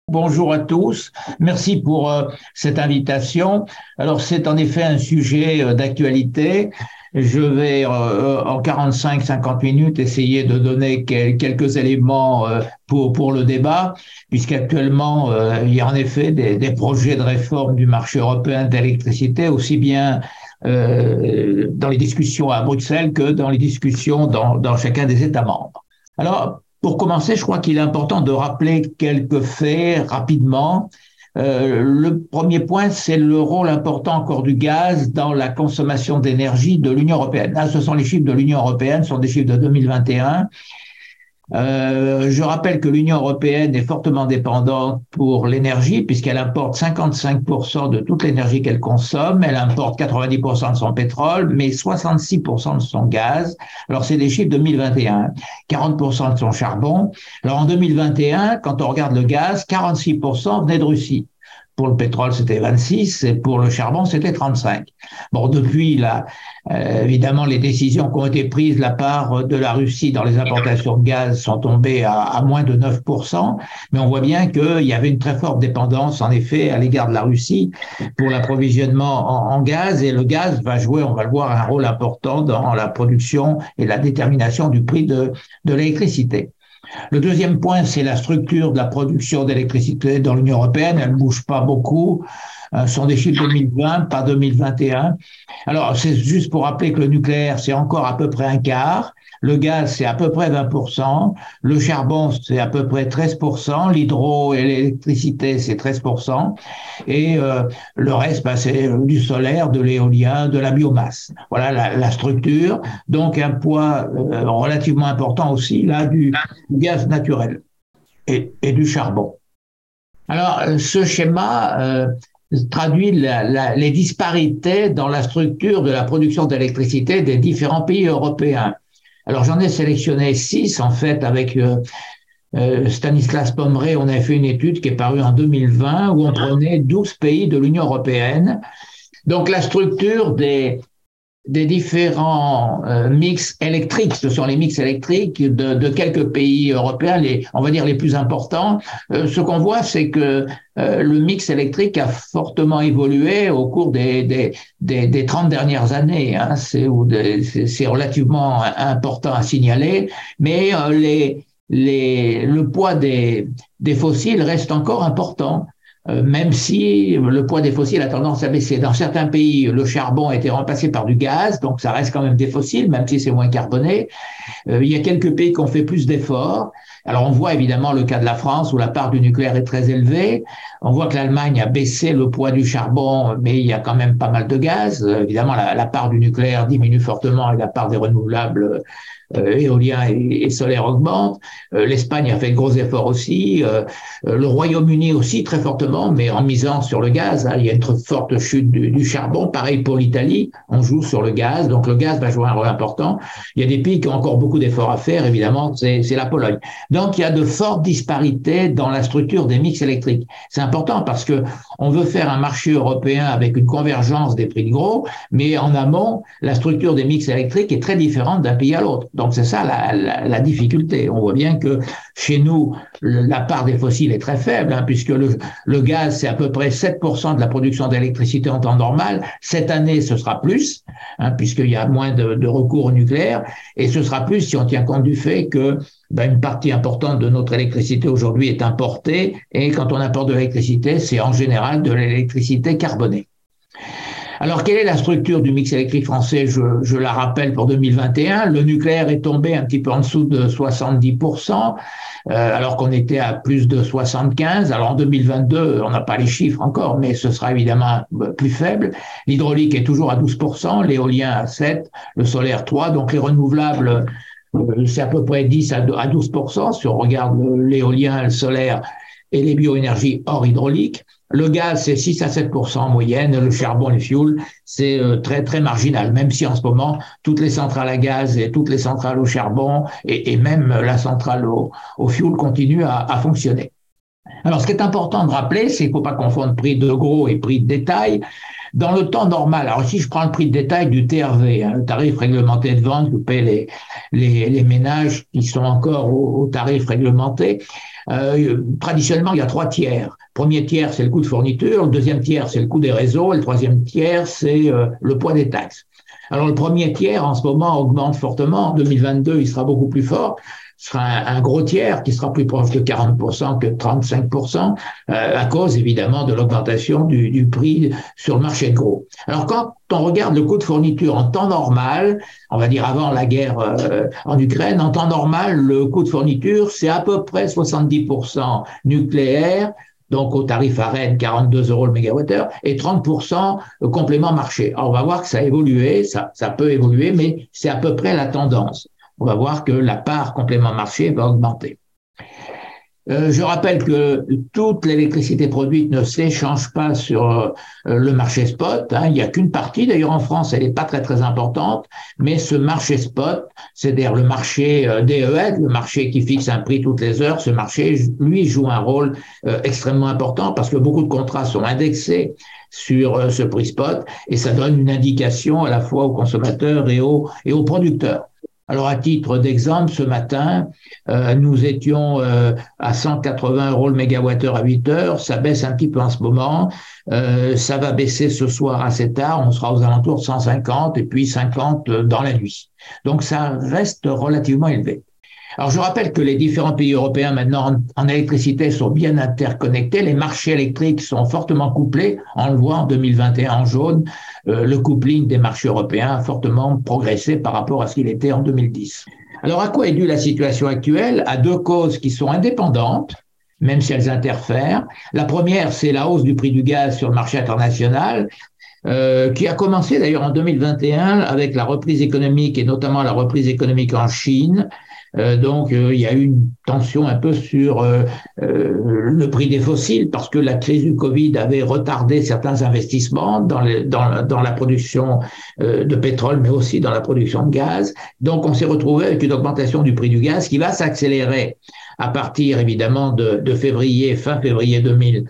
Bonjour à tous. Merci pour cette invitation. Alors, c'est en effet un sujet d'actualité. Je vais en 45-50 minutes essayer de donner quelques éléments pour le débat, puisqu'actuellement, il y a en effet des projets de réforme du marché européen d'électricité, aussi bien dans les discussions à Bruxelles que dans les discussions dans chacun des États membres. Alors, pour commencer, je crois qu'il est important de rappeler quelques faits rapidement. Le premier point, c'est le rôle important encore du gaz dans la consommation d'énergie de l'Union européenne. Là, ce sont les chiffres de l'Union européenne, ce sont des chiffres de 2021. Je rappelle que l'Union européenne est fortement dépendante pour l'énergie puisqu'elle importe 55% de toute l'énergie qu'elle consomme, elle importe 90% de son pétrole, mais 66% de son gaz. Alors c'est des chiffres de 2021, 40% de son charbon. Alors en 2021, quand on regarde le gaz, 46% venait de Russie. Pour le pétrole, c'était 26 et pour le charbon, c'était 35. Bon, depuis, là, évidemment, les décisions qui ont été prises de la part de la Russie dans les importations de gaz sont tombées à moins de 9%, mais on voit bien qu'il y avait une très forte dépendance, en effet, à l'égard de la Russie pour l'approvisionnement en gaz, et le gaz va jouer, on va le voir, un rôle important dans la production et la détermination du prix de l'électricité. Le deuxième point, c'est la structure de la production d'électricité dans l'Union européenne. Elle ne bouge pas beaucoup. Ce sont des chiffres 2020, pas 2021. Alors, c'est juste pour rappeler que le nucléaire, c'est encore à peu près un quart. Le gaz, c'est à peu près 20%. Le charbon, c'est à peu près 13%. L'hydro et l'électricité, c'est 13%. Et le reste, c'est du solaire, de l'éolien, de la biomasse. Voilà la structure. Donc, un poids relativement important aussi, là, du gaz naturel et du charbon. Alors, ce schéma traduit les disparités dans la structure de la production d'électricité des différents pays européens. Alors, j'en ai sélectionné 6, en fait, avec Stanislas Pommeré. On a fait une étude qui est parue en 2020 où on prenait 12 pays de l'Union européenne. Donc, la structure des différents mix électriques, ce sont les mix électriques de quelques pays européens, on va dire les plus importants. Ce qu'on voit, c'est que le mix électrique a fortement évolué au cours des 30 dernières années. Hein. C'est relativement important à signaler, mais le poids des fossiles reste encore important. Même si le poids des fossiles a tendance à baisser. Dans certains pays, le charbon a été remplacé par du gaz, donc ça reste quand même des fossiles, même si c'est moins carboné. Il y a quelques pays qui ont fait plus d'efforts. Alors on voit évidemment le cas de la France où la part du nucléaire est très élevée. On voit que l'Allemagne a baissé le poids du charbon, mais il y a quand même pas mal de gaz. Évidemment, la part du nucléaire diminue fortement et la part des renouvelables éolien et solaire augmente. L'Espagne a fait de gros efforts aussi. Le Royaume-Uni aussi très fortement, mais en misant sur le gaz. Hein, il y a une très forte chute du charbon. Pareil pour l'Italie, on joue sur le gaz. Donc le gaz va jouer un rôle important. Il y a des pays qui ont encore beaucoup d'efforts à faire, évidemment, c'est la Pologne. Donc il y a de fortes disparités dans la structure des mix électriques. C'est important parce que on veut faire un marché européen avec une convergence des prix de gros, mais en amont, la structure des mix électriques est très différente d'un pays à l'autre. Donc c'est ça la difficulté. On voit bien que chez nous, la part des fossiles est très faible, hein, puisque le gaz, c'est à peu près 7% de la production d'électricité en temps normal. Cette année, ce sera plus, hein, puisqu'il y a moins de recours au nucléaire, et ce sera plus si on tient compte du fait que une partie importante de notre électricité aujourd'hui est importée, et quand on importe de l'électricité, c'est en général de l'électricité carbonée. Alors, quelle est la structure du mix électrique français? Je la rappelle pour 2021. Le nucléaire est tombé un petit peu en dessous de 70%, alors qu'on était à plus de 75%. Alors, en 2022, on n'a pas les chiffres encore, mais ce sera évidemment plus faible. L'hydraulique est toujours à 12%, l'éolien à 7%, le solaire 3%. Donc, les renouvelables, c'est à peu près 10 à 12%. Si on regarde l'éolien, le solaire et les bioénergies hors hydraulique. Le gaz, c'est 6 à 7% en moyenne. Le charbon, les fuels, c'est très, très marginal. Même si en ce moment, toutes les centrales à gaz et toutes les centrales au charbon et même la centrale au fuel continuent à fonctionner. Alors, ce qui est important de rappeler, c'est qu'il ne faut pas confondre prix de gros et prix de détail. Dans le temps normal, alors si je prends le prix de détail du TRV, le tarif réglementé de vente que paient les ménages qui sont encore au tarif réglementé, traditionnellement, il y a 3 tiers. Premier tiers, c'est le coût de fourniture, le deuxième tiers, c'est le coût des réseaux, et le troisième tiers, c'est le poids des taxes. Alors le premier tiers, en ce moment, augmente fortement. En 2022, il sera beaucoup plus fort. Ce sera un gros tiers qui sera plus proche de 40% que de 35%, à cause évidemment de l'augmentation du prix sur le marché de gros. Alors quand on regarde le coût de fourniture en temps normal, on va dire avant la guerre en Ukraine, en temps normal, le coût de fourniture, c'est à peu près 70% nucléaire, donc au tarif ARENH, 42 euros le mégawattheure, et 30% complément marché. Alors on va voir que ça a évolué, ça peut évoluer, mais c'est à peu près la tendance. On va voir que la part complément marché va augmenter. Je rappelle que toute l'électricité produite ne s'échange pas sur le marché spot. Il n'y a qu'une partie, d'ailleurs en France, elle n'est pas très très importante, mais ce marché spot, c'est-à-dire le marché DEL, le marché qui fixe un prix toutes les heures, ce marché, lui, joue un rôle extrêmement important parce que beaucoup de contrats sont indexés sur ce prix spot et ça donne une indication à la fois aux consommateurs et aux producteurs. Alors, à titre d'exemple, ce matin, nous étions à 180 euros le mégawattheure à 8 heures. Ça baisse un petit peu en ce moment. Ça va baisser ce soir assez tard. On sera aux alentours de 150 et puis 50 dans la nuit. Donc, ça reste relativement élevé. Alors, je rappelle que les différents pays européens maintenant en électricité sont bien interconnectés. Les marchés électriques sont fortement couplés. On le voit en 2021 en jaune. Le coupling des marchés européens a fortement progressé par rapport à ce qu'il était en 2010. Alors, à quoi est due la situation actuelle? À deux causes qui sont indépendantes, même si elles interfèrent. La première, c'est la hausse du prix du gaz sur le marché international, qui a commencé d'ailleurs en 2021 avec la reprise économique et notamment la reprise économique en Chine. Donc, il y a eu une tension un peu sur le prix des fossiles parce que la crise du Covid avait retardé certains investissements dans la production de pétrole, mais aussi dans la production de gaz. Donc, on s'est retrouvé avec une augmentation du prix du gaz qui va s'accélérer à partir évidemment de février, fin février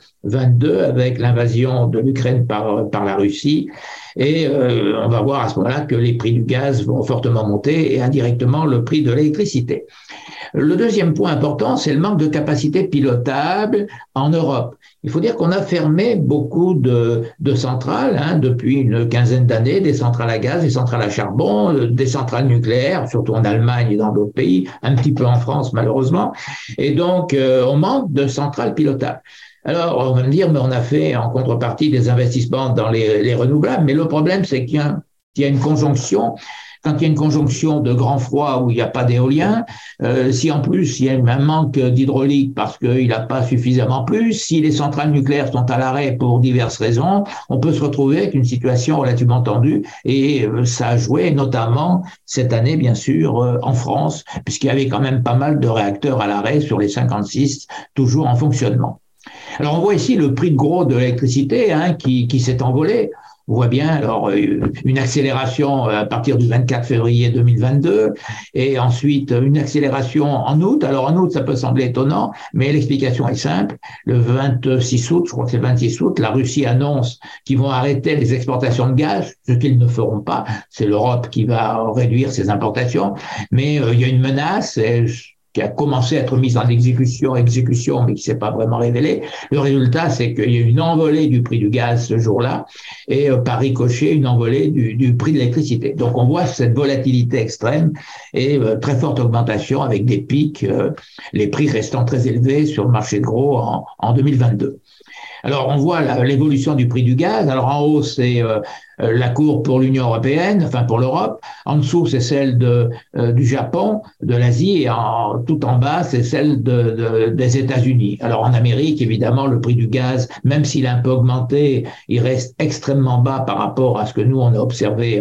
2022, avec l'invasion de l'Ukraine par la Russie. Et on va voir à ce moment-là que les prix du gaz vont fortement monter et indirectement le prix de l'électricité. Le deuxième point important, c'est le manque de capacité pilotable en Europe. Il faut dire qu'on a fermé beaucoup de centrales depuis une quinzaine d'années, des centrales à gaz, des centrales à charbon, des centrales nucléaires, surtout en Allemagne et dans d'autres pays, un petit peu en France malheureusement. Et donc, on manque de centrales pilotables. Alors, on va me dire, mais on a fait en contrepartie des investissements dans les renouvelables, mais le problème, c'est qu'il y a une conjonction. Quand il y a une conjonction de grand froid où il n'y a pas d'éolien, si en plus il y a un manque d'hydraulique parce qu'il n'a pas suffisamment plu, si les centrales nucléaires sont à l'arrêt pour diverses raisons, on peut se retrouver avec une situation relativement tendue et ça a joué notamment cette année, bien sûr, en France, puisqu'il y avait quand même pas mal de réacteurs à l'arrêt sur les 56 toujours en fonctionnement. Alors on voit ici le prix de gros de l'électricité qui s'est envolé. On voit bien alors une accélération à partir du 24 février 2022 et ensuite une accélération en août. Alors en août, ça peut sembler étonnant, mais l'explication est simple. Le 26 août, je crois que c'est le 26 août, la Russie annonce qu'ils vont arrêter les exportations de gaz, ce qu'ils ne feront pas. C'est l'Europe qui va réduire ses importations, mais il y a une menace. Qui a commencé à être mise en exécution, mais qui ne s'est pas vraiment révélée. Le résultat, c'est qu'il y a une envolée du prix du gaz ce jour-là et par ricochet, une envolée du prix de l'électricité. Donc, on voit cette volatilité extrême et très forte augmentation avec des pics, les prix restant très élevés sur le marché de gros en 2022. Alors, on voit l'évolution du prix du gaz. Alors, en haut, c'est la courbe pour l'Union européenne, enfin pour l'Europe. En dessous, c'est celle du Japon, de l'Asie, et tout en bas, c'est celle des États-Unis. Alors, en Amérique, évidemment, le prix du gaz, même s'il a un peu augmenté, il reste extrêmement bas par rapport à ce que nous, on a observé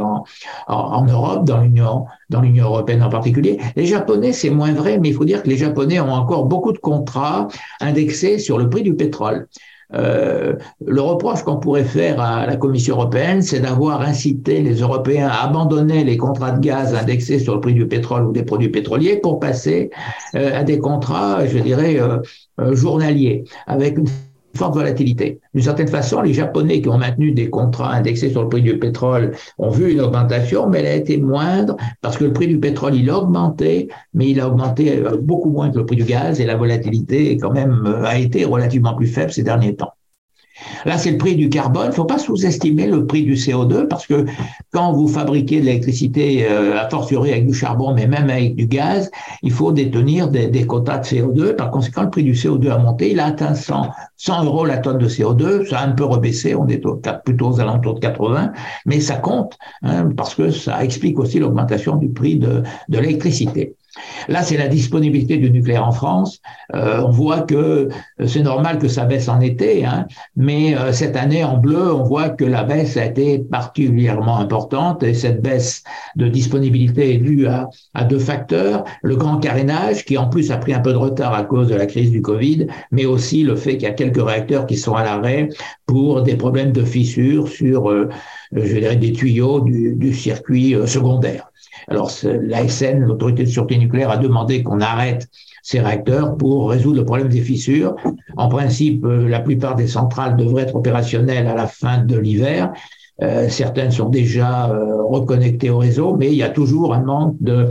en Europe, dans l'Union européenne en particulier. Les Japonais, c'est moins vrai, mais il faut dire que les Japonais ont encore beaucoup de contrats indexés sur le prix du pétrole. le reproche qu'on pourrait faire à la Commission européenne, c'est d'avoir incité les Européens à abandonner les contrats de gaz indexés sur le prix du pétrole ou des produits pétroliers pour passer à des contrats, je dirais, journaliers, avec une forte volatilité. D'une certaine façon, les Japonais qui ont maintenu des contrats indexés sur le prix du pétrole ont vu une augmentation, mais elle a été moindre parce que le prix du pétrole, il a augmenté, mais il a augmenté beaucoup moins que le prix du gaz et la volatilité, quand même, a été relativement plus faible ces derniers temps. Là, c'est le prix du carbone. Il ne faut pas sous-estimer le prix du CO2 parce que quand vous fabriquez de l'électricité, à fortiori avec du charbon, mais même avec du gaz, il faut détenir des quotas de CO2. Par conséquent, le prix du CO2 a monté. Il a atteint 100 euros la tonne de CO2. Ça a un peu rebaissé. On est plutôt aux alentours de 80. Mais ça compte parce que ça explique aussi l'augmentation du prix de l'électricité. Là, c'est la disponibilité du nucléaire en France. On voit que c'est normal que ça baisse en été, mais cette année, en bleu, on voit que la baisse a été particulièrement importante et cette baisse de disponibilité est due à deux facteurs. Le grand carénage, qui en plus a pris un peu de retard à cause de la crise du Covid, mais aussi le fait qu'il y a quelques réacteurs qui sont à l'arrêt pour des problèmes de fissures sur, je dirais, des tuyaux du circuit secondaire. Alors, l'ASN, l'autorité de sûreté nucléaire, a demandé qu'on arrête ces réacteurs pour résoudre le problème des fissures. En principe, la plupart des centrales devraient être opérationnelles à la fin de l'hiver. Certaines sont déjà reconnectées au réseau, mais il y a toujours un manque de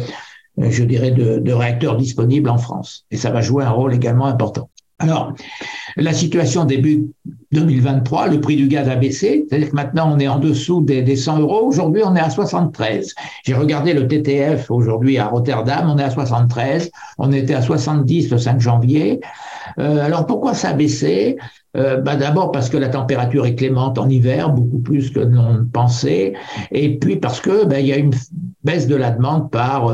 réacteurs disponibles en France. Et ça va jouer un rôle également important. Alors, la situation début 2023, le prix du gaz a baissé, c'est-à-dire que maintenant on est en dessous des 100 euros. Aujourd'hui, on est à 73. J'ai regardé le TTF aujourd'hui à Rotterdam, on est à 73. On était à 70 le 5 janvier. Alors, pourquoi ça a baissé ? D'abord parce que la température est clémente en hiver, beaucoup plus que l'on ne pensait, et puis parce que il y a une baisse de la demande par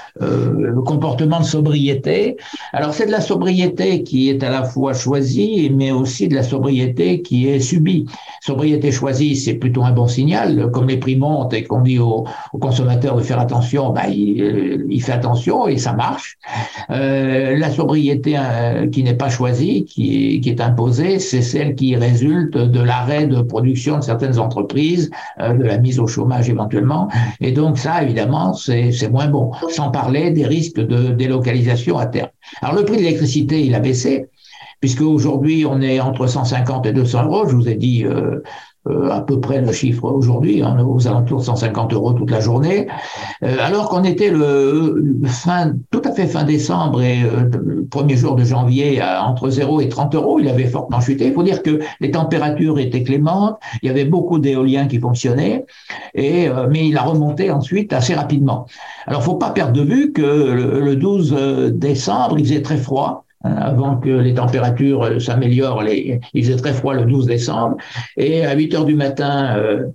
le comportement de sobriété. Alors c'est de la sobriété qui est à la fois choisie, mais aussi de la sobriété qui est subie. Sobriété choisie, c'est plutôt un bon signal. Comme les prix montent et qu'on dit au consommateur de faire attention, il fait attention et ça marche. La sobriété qui n'est pas choisie, qui est imposée, c'est celle qui résulte de l'arrêt de production de certaines entreprises, de la mise au chômage éventuellement. Et donc ça, évidemment, c'est moins bon. Sans parler des risques de délocalisation à terme. Alors le prix de l'électricité, il a baissé, puisque aujourd'hui, on est entre 150 et 200 euros. Je vous ai dit à peu près le chiffre aujourd'hui, aux alentours de 150 euros toute la journée, alors qu'on était tout à fait fin décembre et le premier jour de janvier entre 0 et 30 euros, il avait fortement chuté. Il faut dire que les températures étaient clémentes, il y avait beaucoup d'éoliens qui fonctionnaient, mais il a remonté ensuite assez rapidement. Alors, faut pas perdre de vue que le 12 décembre, il faisait très froid. Avant que les températures s'améliorent, il faisait très froid le 12 décembre, et à 8 heures du matin,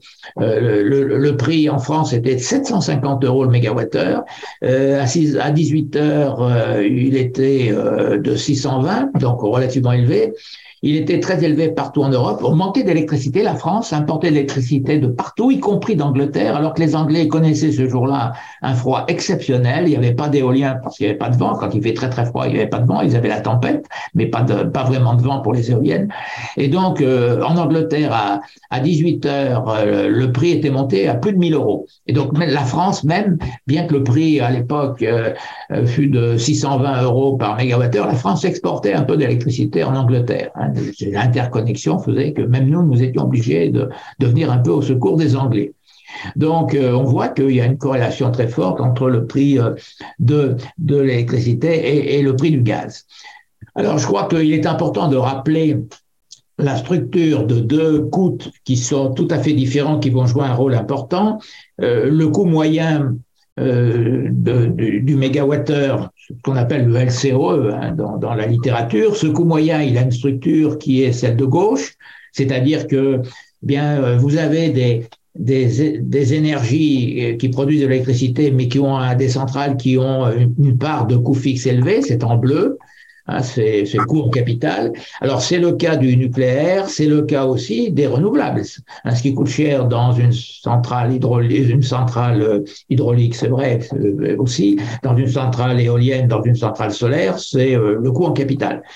le prix en France était de 750 euros le mégawattheure. À 18 heures, il était de 620, donc relativement élevé. Il était très élevé partout en Europe. On manquait d'électricité. La France importait de l'électricité de partout, y compris d'Angleterre, alors que les Anglais connaissaient ce jour-là un froid exceptionnel. Il n'y avait pas d'éolien parce qu'il n'y avait pas de vent. Quand il fait très très froid, il n'y avait pas de vent. Ils avaient la tempête, mais pas vraiment de vent pour les éoliennes. Et donc, en Angleterre, à 18 heures, le prix était monté à plus de 1000 euros. Et donc, la France même, bien que le prix à l'époque fut de 620 euros par mégawattheure, la France exportait un peu d'électricité en Angleterre. L'interconnexion faisait que même nous étions obligés de venir un peu au secours des Anglais. Donc, on voit qu'il y a une corrélation très forte entre le prix de l'électricité et le prix du gaz. Alors, je crois qu'il est important de rappeler la structure de deux coûts qui sont tout à fait différents, qui vont jouer un rôle important. Le coût moyen du mégawattheure, ce qu'on appelle le LCOE dans la littérature. Ce coût moyen, il a une structure qui est celle de gauche, c'est-à-dire que vous avez des énergies qui produisent de l'électricité, mais qui ont des centrales qui ont une part de coût fixe élevé, c'est en bleu. C'est le coût en capital. Alors, c'est le cas du nucléaire, c'est le cas aussi des renouvelables. Ce qui coûte cher dans une centrale hydraulique, c'est vrai aussi, dans une centrale éolienne, dans une centrale solaire, c'est le coût en capital.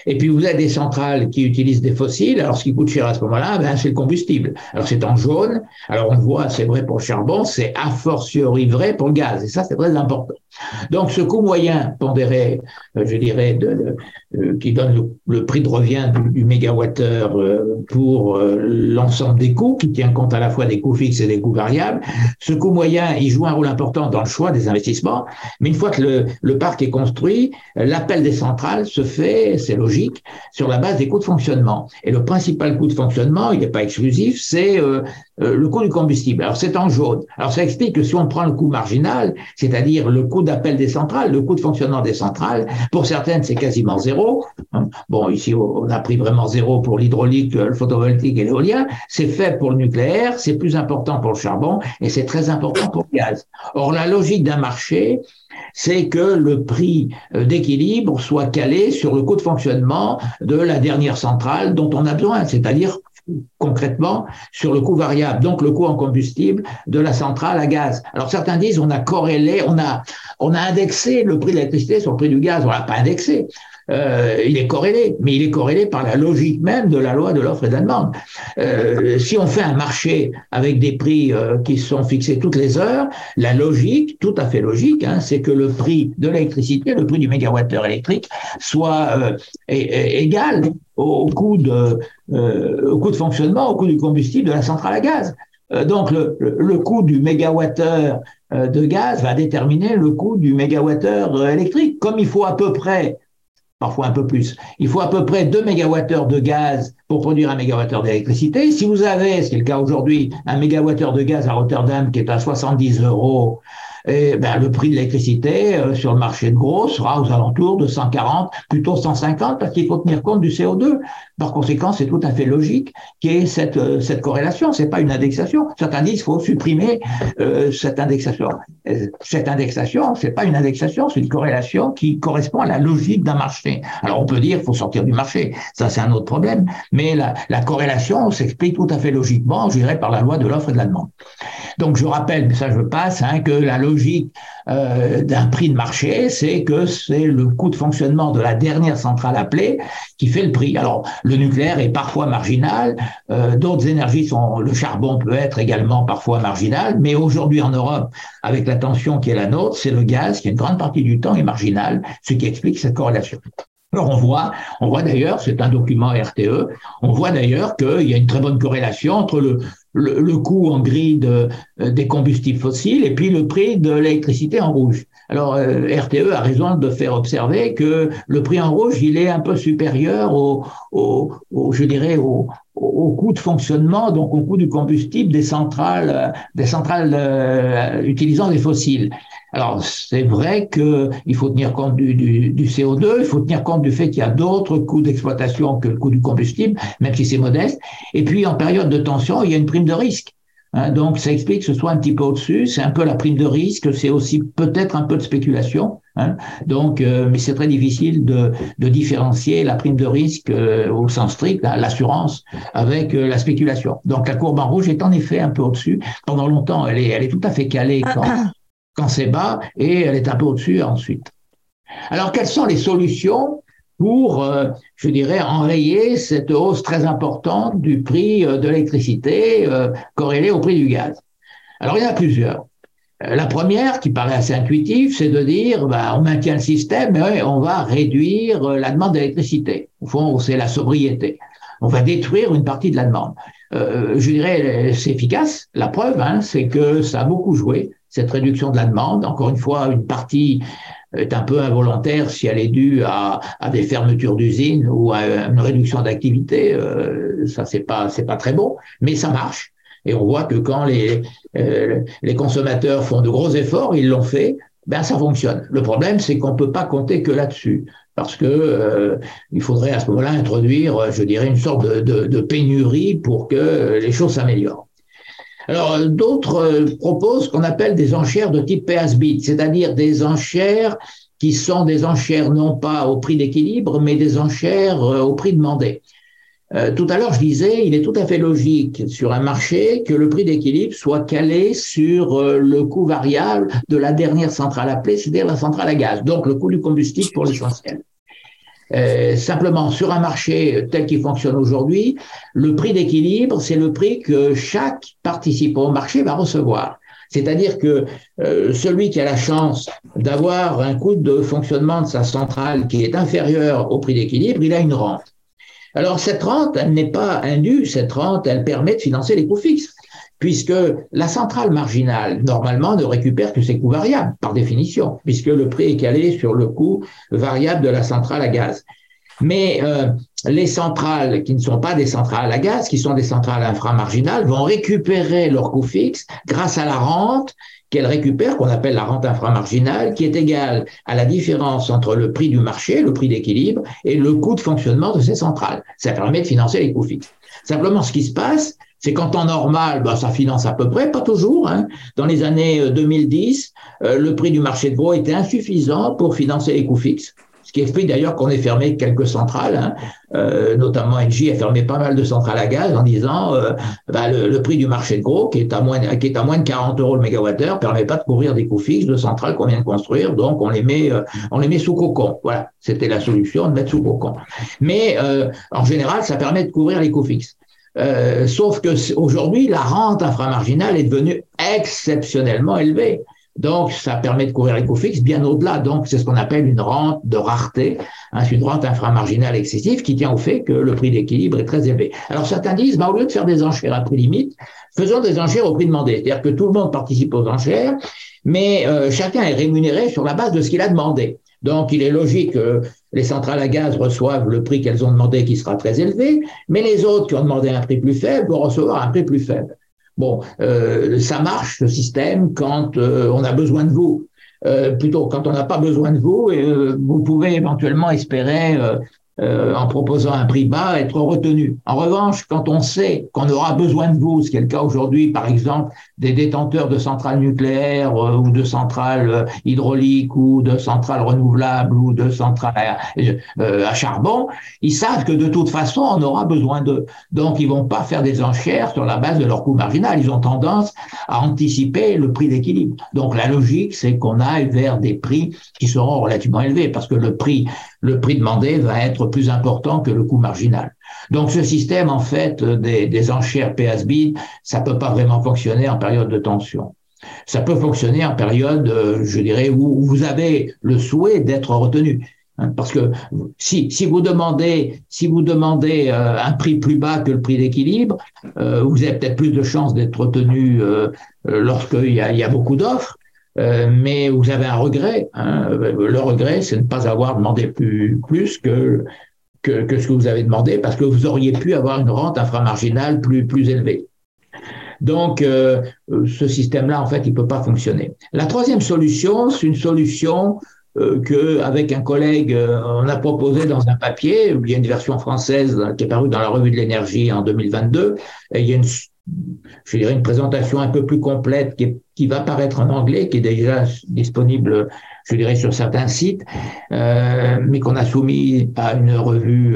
Et puis vous avez des centrales qui utilisent des fossiles. Alors ce qui coûte cher à ce moment-là, ben, c'est le combustible. Alors c'est en jaune. Alors on le voit, c'est vrai pour le charbon, c'est a fortiori vrai pour le gaz. Et ça, c'est très important. Donc ce coût moyen pondéré, je dirais, qui donne le prix de revient du mégawattheure pour l'ensemble des coûts, qui tient compte à la fois des coûts fixes et des coûts variables. Ce coût moyen, il joue un rôle important dans le choix des investissements. Mais une fois que le parc est construit, l'appel des centrales se fait, c'est logique, sur la base des coûts de fonctionnement. Et le principal coût de fonctionnement, il n'est pas exclusif, c'est le coût du combustible. Alors c'est en jaune. Alors ça explique que si on prend le coût marginal, c'est-à-dire le coût d'appel des centrales, le coût de fonctionnement des centrales, pour certaines c'est quasiment zéro. Bon, ici on a pris vraiment zéro pour l'hydraulique, le photovoltaïque et l'éolien. C'est fait pour le nucléaire, c'est plus important pour le charbon et c'est très important pour le gaz. Or la logique d'un marché, c'est que le prix d'équilibre soit calé sur le coût de fonctionnement de la dernière centrale dont on a besoin, c'est-à-dire concrètement sur le coût variable, donc le coût en combustible de la centrale à gaz. Alors certains disent on a corrélé, on a indexé le prix de l'électricité sur le prix du gaz, on l'a pas indexé. Il est corrélé, mais il est corrélé par la logique même de la loi de l'offre et de la demande. Si on fait un marché avec des prix qui sont fixés toutes les heures, la logique, tout à fait logique, c'est que le prix de l'électricité, le prix du mégawattheure électrique, soit égal au coût de fonctionnement, au coût du combustible de la centrale à gaz. Donc le coût du mégawattheure de gaz va déterminer le coût du mégawattheure électrique. Comme il faut à peu près, parfois un peu plus, il faut à peu près 2 mégawattheures de gaz pour produire un mégawattheure d'électricité. Si vous avez, ce qui est le cas aujourd'hui, un mégawattheure de gaz à Rotterdam qui est à 70 €, et ben, le prix de l'électricité sur le marché de gros sera aux alentours de 140, plutôt 150, parce qu'il faut tenir compte du CO2. Par conséquent, c'est tout à fait logique qu'il y ait cette corrélation. C'est pas une indexation. Certains disent qu'il faut supprimer cette indexation. Cette indexation, c'est pas une indexation, c'est une corrélation qui correspond à la logique d'un marché. Alors on peut dire qu'il faut sortir du marché. Ça, c'est un autre problème. Mais la corrélation s'explique tout à fait logiquement, je dirais, par la loi de l'offre et de la demande. Donc je rappelle, mais ça je passe, que la logique d'un prix de marché, c'est que c'est le coût de fonctionnement de la dernière centrale appelée qui fait le prix. Alors le nucléaire est parfois marginal, d'autres énergies le charbon peut être également parfois marginal, mais aujourd'hui en Europe, avec la tension qui est la nôtre, c'est le gaz qui une grande partie du temps est marginal, ce qui explique cette corrélation. Alors on voit d'ailleurs, c'est un document RTE, on voit d'ailleurs qu'il y a une très bonne corrélation entre le coût en gris des combustibles fossiles et puis le prix de l'électricité en rouge. Alors RTE a raison de faire observer que le prix en rouge, il est un peu supérieur je dirais au coût de fonctionnement, donc au coût du combustible des centrales utilisant des fossiles. Alors, c'est vrai qu'il faut tenir compte du CO2, il faut tenir compte du fait qu'il y a d'autres coûts d'exploitation que le coût du combustible, même si c'est modeste. Et puis, en période de tension, il y a une prime de risque. Donc, ça explique que ce soit un petit peu au-dessus. C'est un peu la prime de risque, c'est aussi peut-être un peu de spéculation. Donc, mais c'est très difficile de différencier la prime de risque au sens strict, l'assurance, avec la spéculation. Donc, la courbe en rouge est en effet un peu au-dessus. Pendant longtemps, elle est tout à fait calée quand c'est bas, et elle est un peu au-dessus ensuite. Alors, quelles sont les solutions pour, je dirais, enrayer cette hausse très importante du prix de l'électricité corrélée au prix du gaz? Alors, il y en a plusieurs. La première, qui paraît assez intuitive, c'est de dire, on maintient le système, mais on va réduire la demande d'électricité. Au fond, c'est la sobriété. On va détruire une partie de la demande. Je dirais, c'est efficace. La preuve, c'est que ça a beaucoup joué, cette réduction de la demande. Encore une fois, une partie est un peu involontaire si elle est due à des fermetures d'usines ou à une réduction d'activité. Ça, c'est pas très bon, mais ça marche. Et on voit que quand les consommateurs font de gros efforts, ils l'ont fait, ça fonctionne. Le problème, c'est qu'on peut pas compter que là-dessus, parce que il faudrait à ce moment-là introduire, je dirais, une sorte de pénurie pour que les choses s'améliorent. Alors, d'autres proposent ce qu'on appelle des enchères de type pay as bid, c'est-à-dire des enchères qui sont des enchères non pas au prix d'équilibre, mais des enchères au prix demandé. Tout à l'heure, je disais, il est tout à fait logique sur un marché que le prix d'équilibre soit calé sur le coût variable de la dernière centrale appelée, c'est-à-dire la centrale à gaz, donc le coût du combustible pour l'essentiel. Simplement, sur un marché tel qu'il fonctionne aujourd'hui, le prix d'équilibre, c'est le prix que chaque participant au marché va recevoir. C'est-à-dire que celui qui a la chance d'avoir un coût de fonctionnement de sa centrale qui est inférieur au prix d'équilibre, il a une rente. Alors cette rente, elle n'est pas indue, cette rente, elle permet de financer les coûts fixes, puisque la centrale marginale, normalement, ne récupère que ses coûts variables, par définition, puisque le prix est calé sur le coût variable de la centrale à gaz. Mais les centrales qui ne sont pas des centrales à gaz, qui sont des centrales inframarginales, vont récupérer leurs coûts fixes grâce à la rente qu'elles récupèrent, qu'on appelle la rente inframarginale, qui est égale à la différence entre le prix du marché, le prix d'équilibre, et le coût de fonctionnement de ces centrales. Ça permet de financer les coûts fixes. Simplement, ce qui se passe, c'est qu'en temps normal, ça finance à peu près, pas toujours. Dans les années 2010, le prix du marché de gros était insuffisant pour financer les coûts fixes. Ce qui explique d'ailleurs qu'on ait fermé quelques centrales, notamment Engie a fermé pas mal de centrales à gaz en disant le prix du marché de gros, qui est à moins de 40 € le mégawattheure, permet pas de couvrir des coûts fixes de centrales qu'on vient de construire, donc on les met sous cocon. Voilà, c'était la solution, de mettre sous cocon. Mais en général, ça permet de couvrir les coûts fixes. Sauf que aujourd'hui, la rente inframarginale est devenue exceptionnellement élevée. Donc, ça permet de couvrir les coûts fixes bien au-delà. Donc, c'est ce qu'on appelle une rente de rareté. C'est une rente inframarginale excessive qui tient au fait que le prix d'équilibre est très élevé. Alors, certains disent, au lieu de faire des enchères à prix limite, faisons des enchères au prix demandé. C'est-à-dire que tout le monde participe aux enchères, mais chacun est rémunéré sur la base de ce qu'il a demandé. Donc, il est logique que les centrales à gaz reçoivent le prix qu'elles ont demandé qui sera très élevé, mais les autres qui ont demandé un prix plus faible vont recevoir un prix plus faible. Bon, ça marche, ce système, quand on a besoin de vous. Plutôt, quand on n'a pas besoin de vous, vous pouvez éventuellement espérer, en proposant un prix bas, être retenu. En revanche, quand on sait qu'on aura besoin de vous, ce qui est le cas aujourd'hui, par exemple, des détenteurs de centrales nucléaires ou de centrales hydrauliques ou de centrales renouvelables ou de centrales à charbon, ils savent que de toute façon, on aura besoin d'eux. Donc, ils vont pas faire des enchères sur la base de leur coût marginal. Ils ont tendance à anticiper le prix d'équilibre. Donc, la logique, c'est qu'on aille vers des prix qui seront relativement élevés parce que le prix demandé va être plus important que le coût marginal. Donc ce système, en fait, des enchères pay-as-bid, ça peut pas vraiment fonctionner en période de tension. Ça peut fonctionner en période, je dirais, où vous avez le souhait d'être retenu. Parce que si vous demandez un prix plus bas que le prix d'équilibre, vous avez peut-être plus de chances d'être retenu lorsqu'il y a beaucoup d'offres. Mais vous avez un regret. Le regret, c'est de ne pas avoir demandé plus que ce que vous avez demandé, parce que vous auriez pu avoir une rente inframarginale plus élevée. Donc, ce système-là, en fait, il peut pas fonctionner. La troisième solution, c'est une solution qu'avec un collègue, on a proposé dans un papier. Il y a une version française qui est parue dans la Revue de l'énergie en 2022. Et il y a une présentation un peu plus complète qui va paraître en anglais, qui est déjà disponible, je dirais, sur certains sites, mais qu'on a soumise à une revue,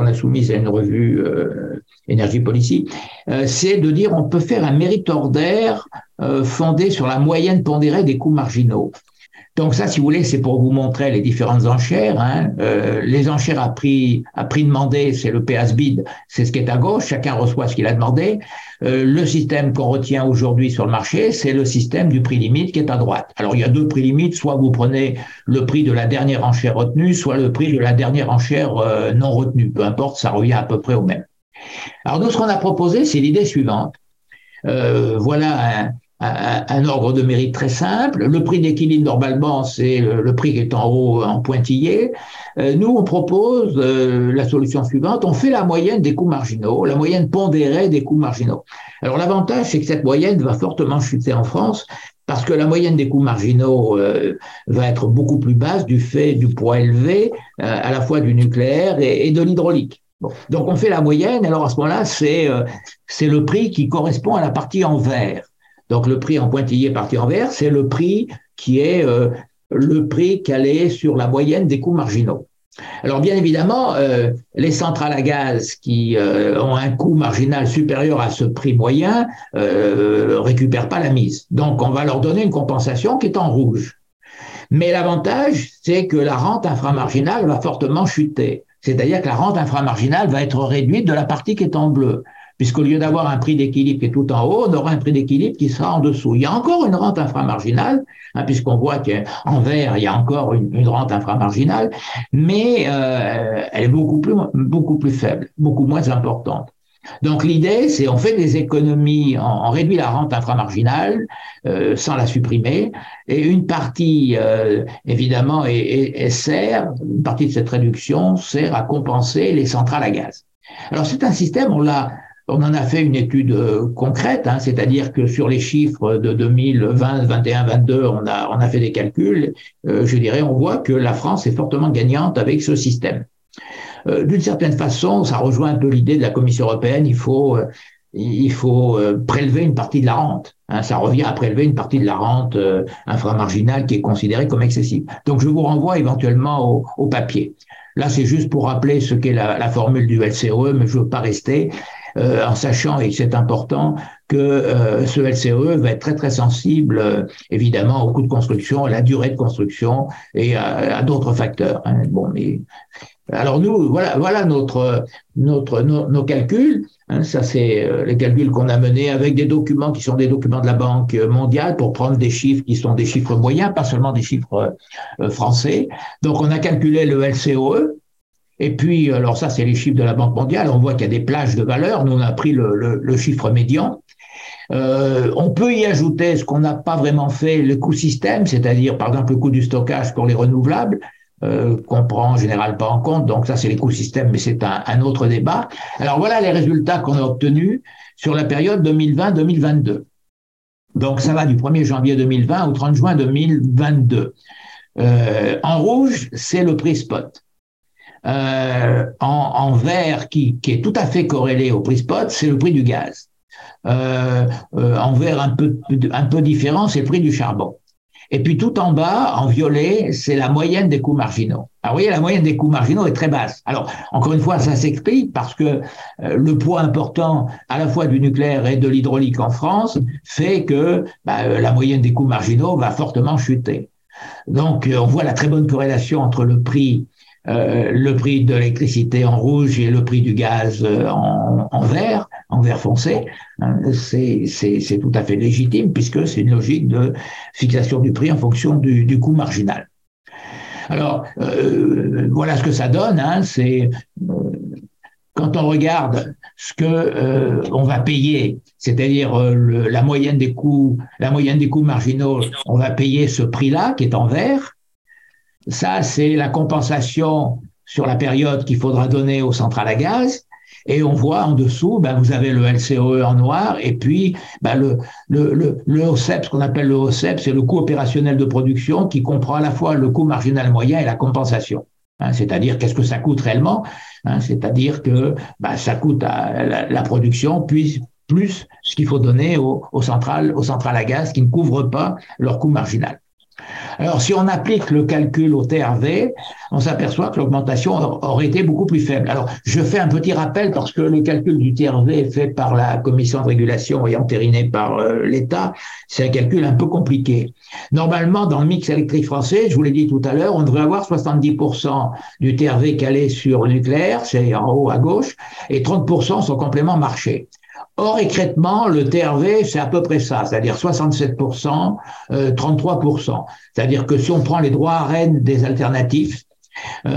Energy Policy. C'est de dire on peut faire un merit order fondé sur la moyenne pondérée des coûts marginaux. Donc ça, si vous voulez, c'est pour vous montrer les différentes enchères. Les enchères à prix demandé, c'est le pay-as-bid, c'est ce qui est à gauche, chacun reçoit ce qu'il a demandé. Le système qu'on retient aujourd'hui sur le marché, c'est le système du prix limite qui est à droite. Alors il y a deux prix limites, soit vous prenez le prix de la dernière enchère retenue, soit le prix de la dernière enchère non retenue. Peu importe, ça revient à peu près au même. Alors nous, ce qu'on a proposé, c'est l'idée suivante. Voilà un ordre de mérite très simple. Le prix d'équilibre, normalement, c'est le prix qui est en haut en pointillé. Nous, on propose la solution suivante. On fait la moyenne des coûts marginaux, la moyenne pondérée des coûts marginaux. Alors, l'avantage, c'est que cette moyenne va fortement chuter en France parce que la moyenne des coûts marginaux va être beaucoup plus basse du fait du poids élevé à la fois du nucléaire et de l'hydraulique. Bon. Donc, on fait la moyenne. Alors, à ce moment-là, c'est le prix qui correspond à la partie en vert. Donc, le prix en pointillé parti en vert, c'est le prix qui est le prix calé sur la moyenne des coûts marginaux. Alors, bien évidemment, les centrales à gaz qui ont un coût marginal supérieur à ce prix moyen récupèrent pas la mise. Donc, on va leur donner une compensation qui est en rouge. Mais l'avantage, c'est que la rente inframarginale va fortement chuter. C'est-à-dire que la rente inframarginale va être réduite de la partie qui est en bleu, puisqu'au lieu d'avoir un prix d'équilibre qui est tout en haut, on aura un prix d'équilibre qui sera en dessous. Il y a encore une rente inframarginale, hein, puisqu'on voit qu'en vert, il y a encore une rente inframarginale, mais elle est beaucoup plus faible, beaucoup moins importante. Donc l'idée, c'est on fait des économies, on réduit la rente inframarginale sans la supprimer, et une partie, évidemment, une partie de cette réduction sert à compenser les centrales à gaz. Alors c'est un système, on en a fait une étude concrète, hein, c'est-à-dire que sur les chiffres de 2020, 21, 22, on a fait des calculs. Je dirais, on voit que la France est fortement gagnante avec ce système. D'une certaine façon, ça rejoint un peu l'idée de la Commission européenne, il faut prélever une partie de la rente. Hein, ça revient à prélever une partie de la rente inframarginale qui est considérée comme excessive. Donc je vous renvoie éventuellement au papier. Là, c'est juste pour rappeler ce qu'est la formule du LCOE, mais je ne veux pas rester en sachant, et c'est important, que ce LCOE va être très très sensible, évidemment, au coût de construction, à la durée de construction et à d'autres facteurs. Hein. Bon, mais alors nous, voilà nos calculs. Hein, ça, c'est les calculs qu'on a menés avec des documents qui sont des documents de la Banque mondiale pour prendre des chiffres qui sont des chiffres moyens, pas seulement des chiffres français. Donc, on a calculé le LCOE. Et puis, alors ça, c'est les chiffres de la Banque mondiale. On voit qu'il y a des plages de valeurs. Nous, on a pris le chiffre médian. On peut y ajouter ce qu'on n'a pas vraiment fait, le coût système, c'est-à-dire, par exemple, le coût du stockage pour les renouvelables, qu'on prend en général pas en compte. Donc ça, c'est les coûts système, mais c'est un autre débat. Alors voilà les résultats qu'on a obtenus sur la période 2020-2022. Donc ça va du 1er janvier 2020 au 30 juin 2022. En rouge, c'est le prix spot. En vert, qui est tout à fait corrélé au prix spot, c'est le prix du gaz. En vert un peu différent, c'est le prix du charbon. Et puis tout en bas, en violet, c'est la moyenne des coûts marginaux. Alors vous voyez, la moyenne des coûts marginaux est très basse. Alors encore une fois, ça s'explique parce que le poids important à la fois du nucléaire et de l'hydraulique en France fait que la moyenne des coûts marginaux va fortement chuter. Donc on voit la très bonne corrélation entre le prix de l'électricité en rouge et le prix du gaz en vert foncé. C'est tout à fait légitime puisque c'est une logique de fixation du prix en fonction du coût marginal. Alors, voilà ce que ça donne. Hein, c'est quand on regarde ce que on va payer, c'est-à-dire la moyenne des coûts marginaux, on va payer ce prix-là qui est en vert. Ça, c'est la compensation sur la période qu'il faudra donner aux centrales à gaz. Et on voit en dessous, vous avez le LCOE en noir, et puis le OCEP, ce qu'on appelle le OCEP, c'est le coût opérationnel de production qui comprend à la fois le coût marginal moyen et la compensation. Hein, c'est-à-dire qu'est-ce que ça coûte réellement, hein, c'est-à-dire que ça coûte à la production, puis plus ce qu'il faut donner aux centrales à gaz qui ne couvrent pas leur coût marginal. Alors, si on applique le calcul au TRV, on s'aperçoit que l'augmentation aurait été beaucoup plus faible. Alors, je fais un petit rappel parce que le calcul du TRV est fait par la commission de régulation et entériné par l'État. C'est un calcul un peu compliqué. Normalement, dans le mix électrique français, je vous l'ai dit tout à l'heure, on devrait avoir 70% du TRV calé sur le nucléaire, c'est en haut à gauche, et 30% sur complément marché. Or, écrètement, le TRV, c'est à peu près ça, c'est-à-dire 67%, 33%. C'est-à-dire que si on prend les droits à rente des alternatifs, on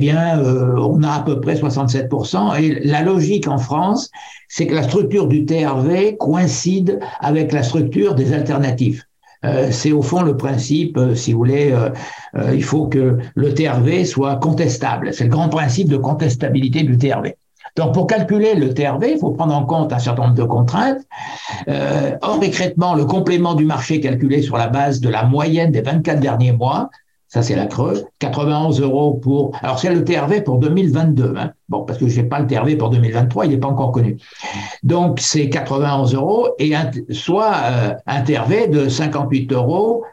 a à peu près 67%. Et la logique en France, c'est que la structure du TRV coïncide avec la structure des alternatifs. C'est au fond le principe, si vous voulez, il faut que le TRV soit contestable. C'est le grand principe de contestabilité du TRV. Donc, pour calculer le TRV, il faut prendre en compte un certain nombre de contraintes. Hors écrètement, le complément du marché calculé sur la base de la moyenne des 24 derniers mois, ça c'est la creuse, 91 € pour... Alors, c'est le TRV pour 2022. Hein. Bon, parce que je n'ai pas le TRV pour 2023, il n'est pas encore connu. Donc, c'est 91 € et soit un TRV de 58 €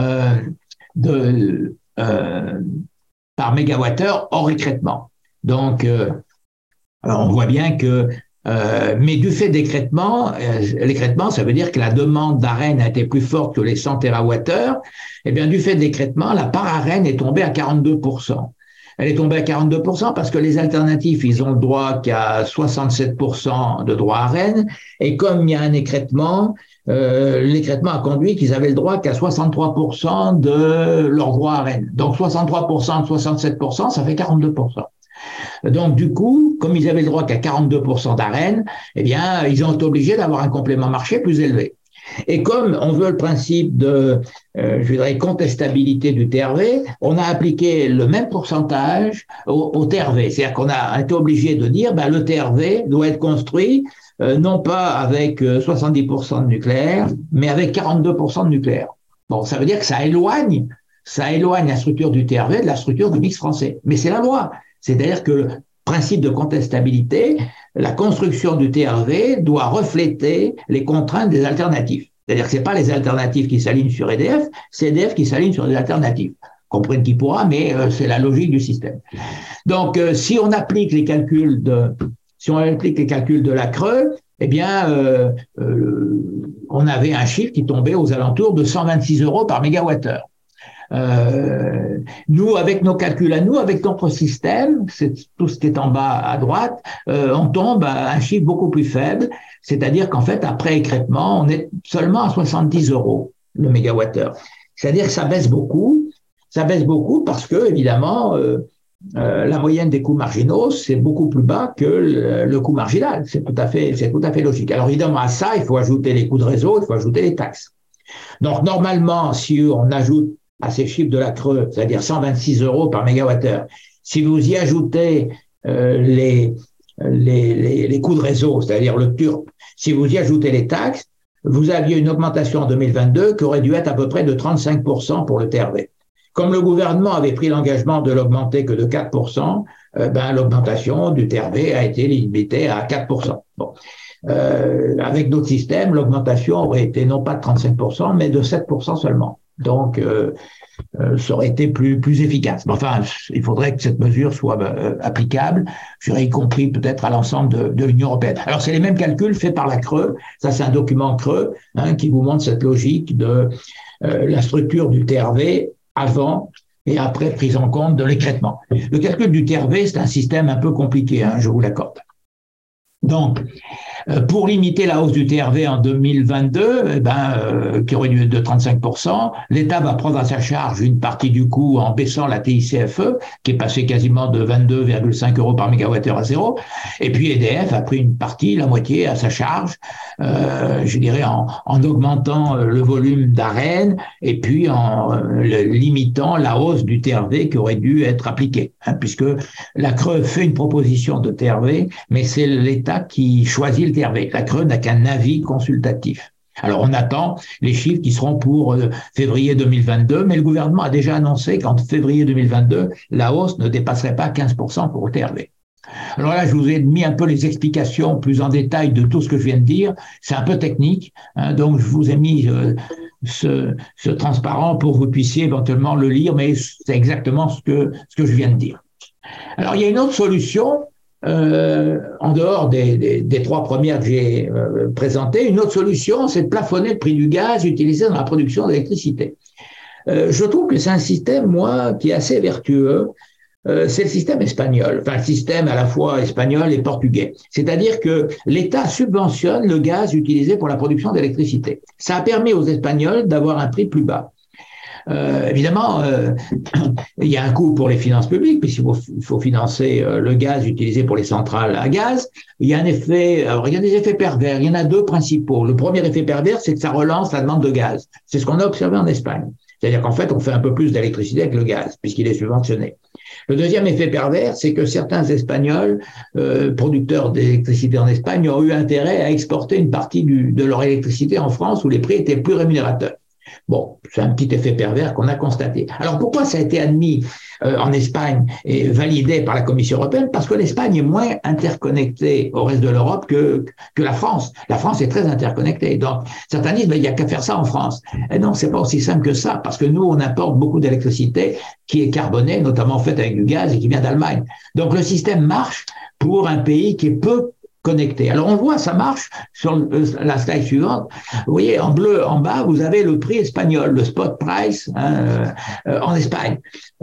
par mégawattheure hors écrètement. Donc... alors, on voit bien que, mais du fait d'écrètement, l'écrètement, ça veut dire que la demande d'ARENH a été plus forte que les 100 TWh. Eh bien, du fait de l'écrètement, la part ARENH est tombée à 42%. Elle est tombée à 42% parce que les alternatifs, ils ont le droit qu'à 67% de droit à Rennes. Et comme il y a un écrêtement, l'écrêtement a conduit qu'ils avaient le droit qu'à 63% de leur droit à Rennes. Donc 63% de 67%, ça fait 42%. Donc, du coup, comme ils avaient le droit qu'à 42% d'arène, eh bien, ils ont été obligés d'avoir un complément marché plus élevé. Et comme on veut le principe de, je dirais, contestabilité du TRV, on a appliqué le même pourcentage au TRV. C'est-à-dire qu'on a été obligé de dire, ben, le TRV doit être construit non pas avec 70% de nucléaire, mais avec 42% de nucléaire. Bon, ça veut dire que ça éloigne la structure du TRV de la structure du mix français. Mais c'est la loi. C'est-à-dire que le principe de contestabilité, la construction du TRV doit refléter les contraintes des alternatives. C'est-à-dire que ce n'est pas les alternatives qui s'alignent sur EDF, c'est EDF qui s'aligne sur les alternatives. Comprenne qui pourra, mais c'est la logique du système. Donc, si on applique les calculs de la Creux, eh bien, on avait un chiffre qui tombait aux alentours de 126 € par mégawattheure. Nous, avec nos calculs à nous, avec notre système, c'est tout ce qui est en bas à droite, on tombe à un chiffre beaucoup plus faible, c'est-à-dire qu'en fait, après écrêtement, on est seulement à 70 € le mégawattheure. C'est-à-dire que ça baisse beaucoup parce que, évidemment, la moyenne des coûts marginaux, c'est beaucoup plus bas que le coût marginal. C'est tout à fait logique. Alors, évidemment, à ça, il faut ajouter les coûts de réseau, il faut ajouter les taxes. Donc, normalement, si on ajoute à ces chiffres de la Creux, c'est-à-dire 126 € par mégawattheure, si vous y ajoutez les coûts de réseau, c'est-à-dire le TURP, si vous y ajoutez les taxes, vous aviez une augmentation en 2022 qui aurait dû être à peu près de 35% pour le TRV. Comme le gouvernement avait pris l'engagement de l'augmenter que de 4%, l'augmentation du TRV a été limitée à 4%. Bon. Avec d'autres systèmes, l'augmentation aurait été non pas de 35%, mais de 7% seulement. Donc, ça aurait été plus efficace. Mais enfin, il faudrait que cette mesure soit applicable, y compris peut-être à l'ensemble de l'Union européenne. Alors, c'est les mêmes calculs faits par la Creux. Ça, c'est un document Creux qui vous montre cette logique de la structure du TRV avant et après prise en compte de l'écrêtement. Le calcul du TRV, c'est un système un peu compliqué, je vous l'accorde. Donc, pour limiter la hausse du TRV en 2022, qui aurait dû être de 35%, l'État va prendre à sa charge une partie du coût en baissant la TICFE, qui est passée quasiment de 22,5 € par mégawattheure à 0. Et puis EDF a pris une partie, la moitié, à sa charge, je dirais en augmentant le volume d'arène et puis en limitant la hausse du TRV qui aurait dû être appliquée, puisque la Creux fait une proposition de TRV, mais c'est l'État qui choisit le TRV. La Creux n'a qu'un avis consultatif. Alors, on attend les chiffres qui seront pour février 2022, mais le gouvernement a déjà annoncé qu'en février 2022, la hausse ne dépasserait pas 15% pour le TRV. Alors là, je vous ai mis un peu les explications plus en détail de tout ce que je viens de dire. C'est un peu technique, donc je vous ai mis ce transparent pour que vous puissiez éventuellement le lire, mais c'est exactement ce que je viens de dire. Alors, il y a une autre solution. En dehors des trois premières que j'ai présentées, une autre solution, c'est de plafonner le prix du gaz utilisé dans la production d'électricité. Je trouve que c'est un système, moi, qui est assez vertueux. C'est le système espagnol, enfin le système à la fois espagnol et portugais. C'est-à-dire que l'État subventionne le gaz utilisé pour la production d'électricité. Ça a permis aux Espagnols d'avoir un prix plus bas. Évidemment, il y a un coût pour les finances publiques, puisqu'il faut financer le gaz utilisé pour les centrales à gaz. Il y a des effets pervers. Il y en a deux principaux. Le premier effet pervers, c'est que ça relance la demande de gaz. C'est ce qu'on a observé en Espagne. C'est-à-dire qu'en fait, on fait un peu plus d'électricité avec le gaz, puisqu'il est subventionné. Le deuxième effet pervers, c'est que certains Espagnols, producteurs d'électricité en Espagne, ont eu intérêt à exporter une partie de leur électricité en France, où les prix étaient plus rémunérateurs. Bon, c'est un petit effet pervers qu'on a constaté. Alors pourquoi ça a été admis en Espagne et validé par la Commission européenne? Parce que l'Espagne est moins interconnectée au reste de l'Europe que la France. La France est très interconnectée. Donc certains disent, il n'y a qu'à faire ça en France. Et non, c'est pas aussi simple que ça, parce que nous, on importe beaucoup d'électricité qui est carbonée, notamment faite avec du gaz et qui vient d'Allemagne. Donc le système marche pour un pays qui est peu connectés. Alors on voit, ça marche sur la slide suivante. Vous voyez, en bleu en bas, vous avez le prix espagnol, le spot price en Espagne.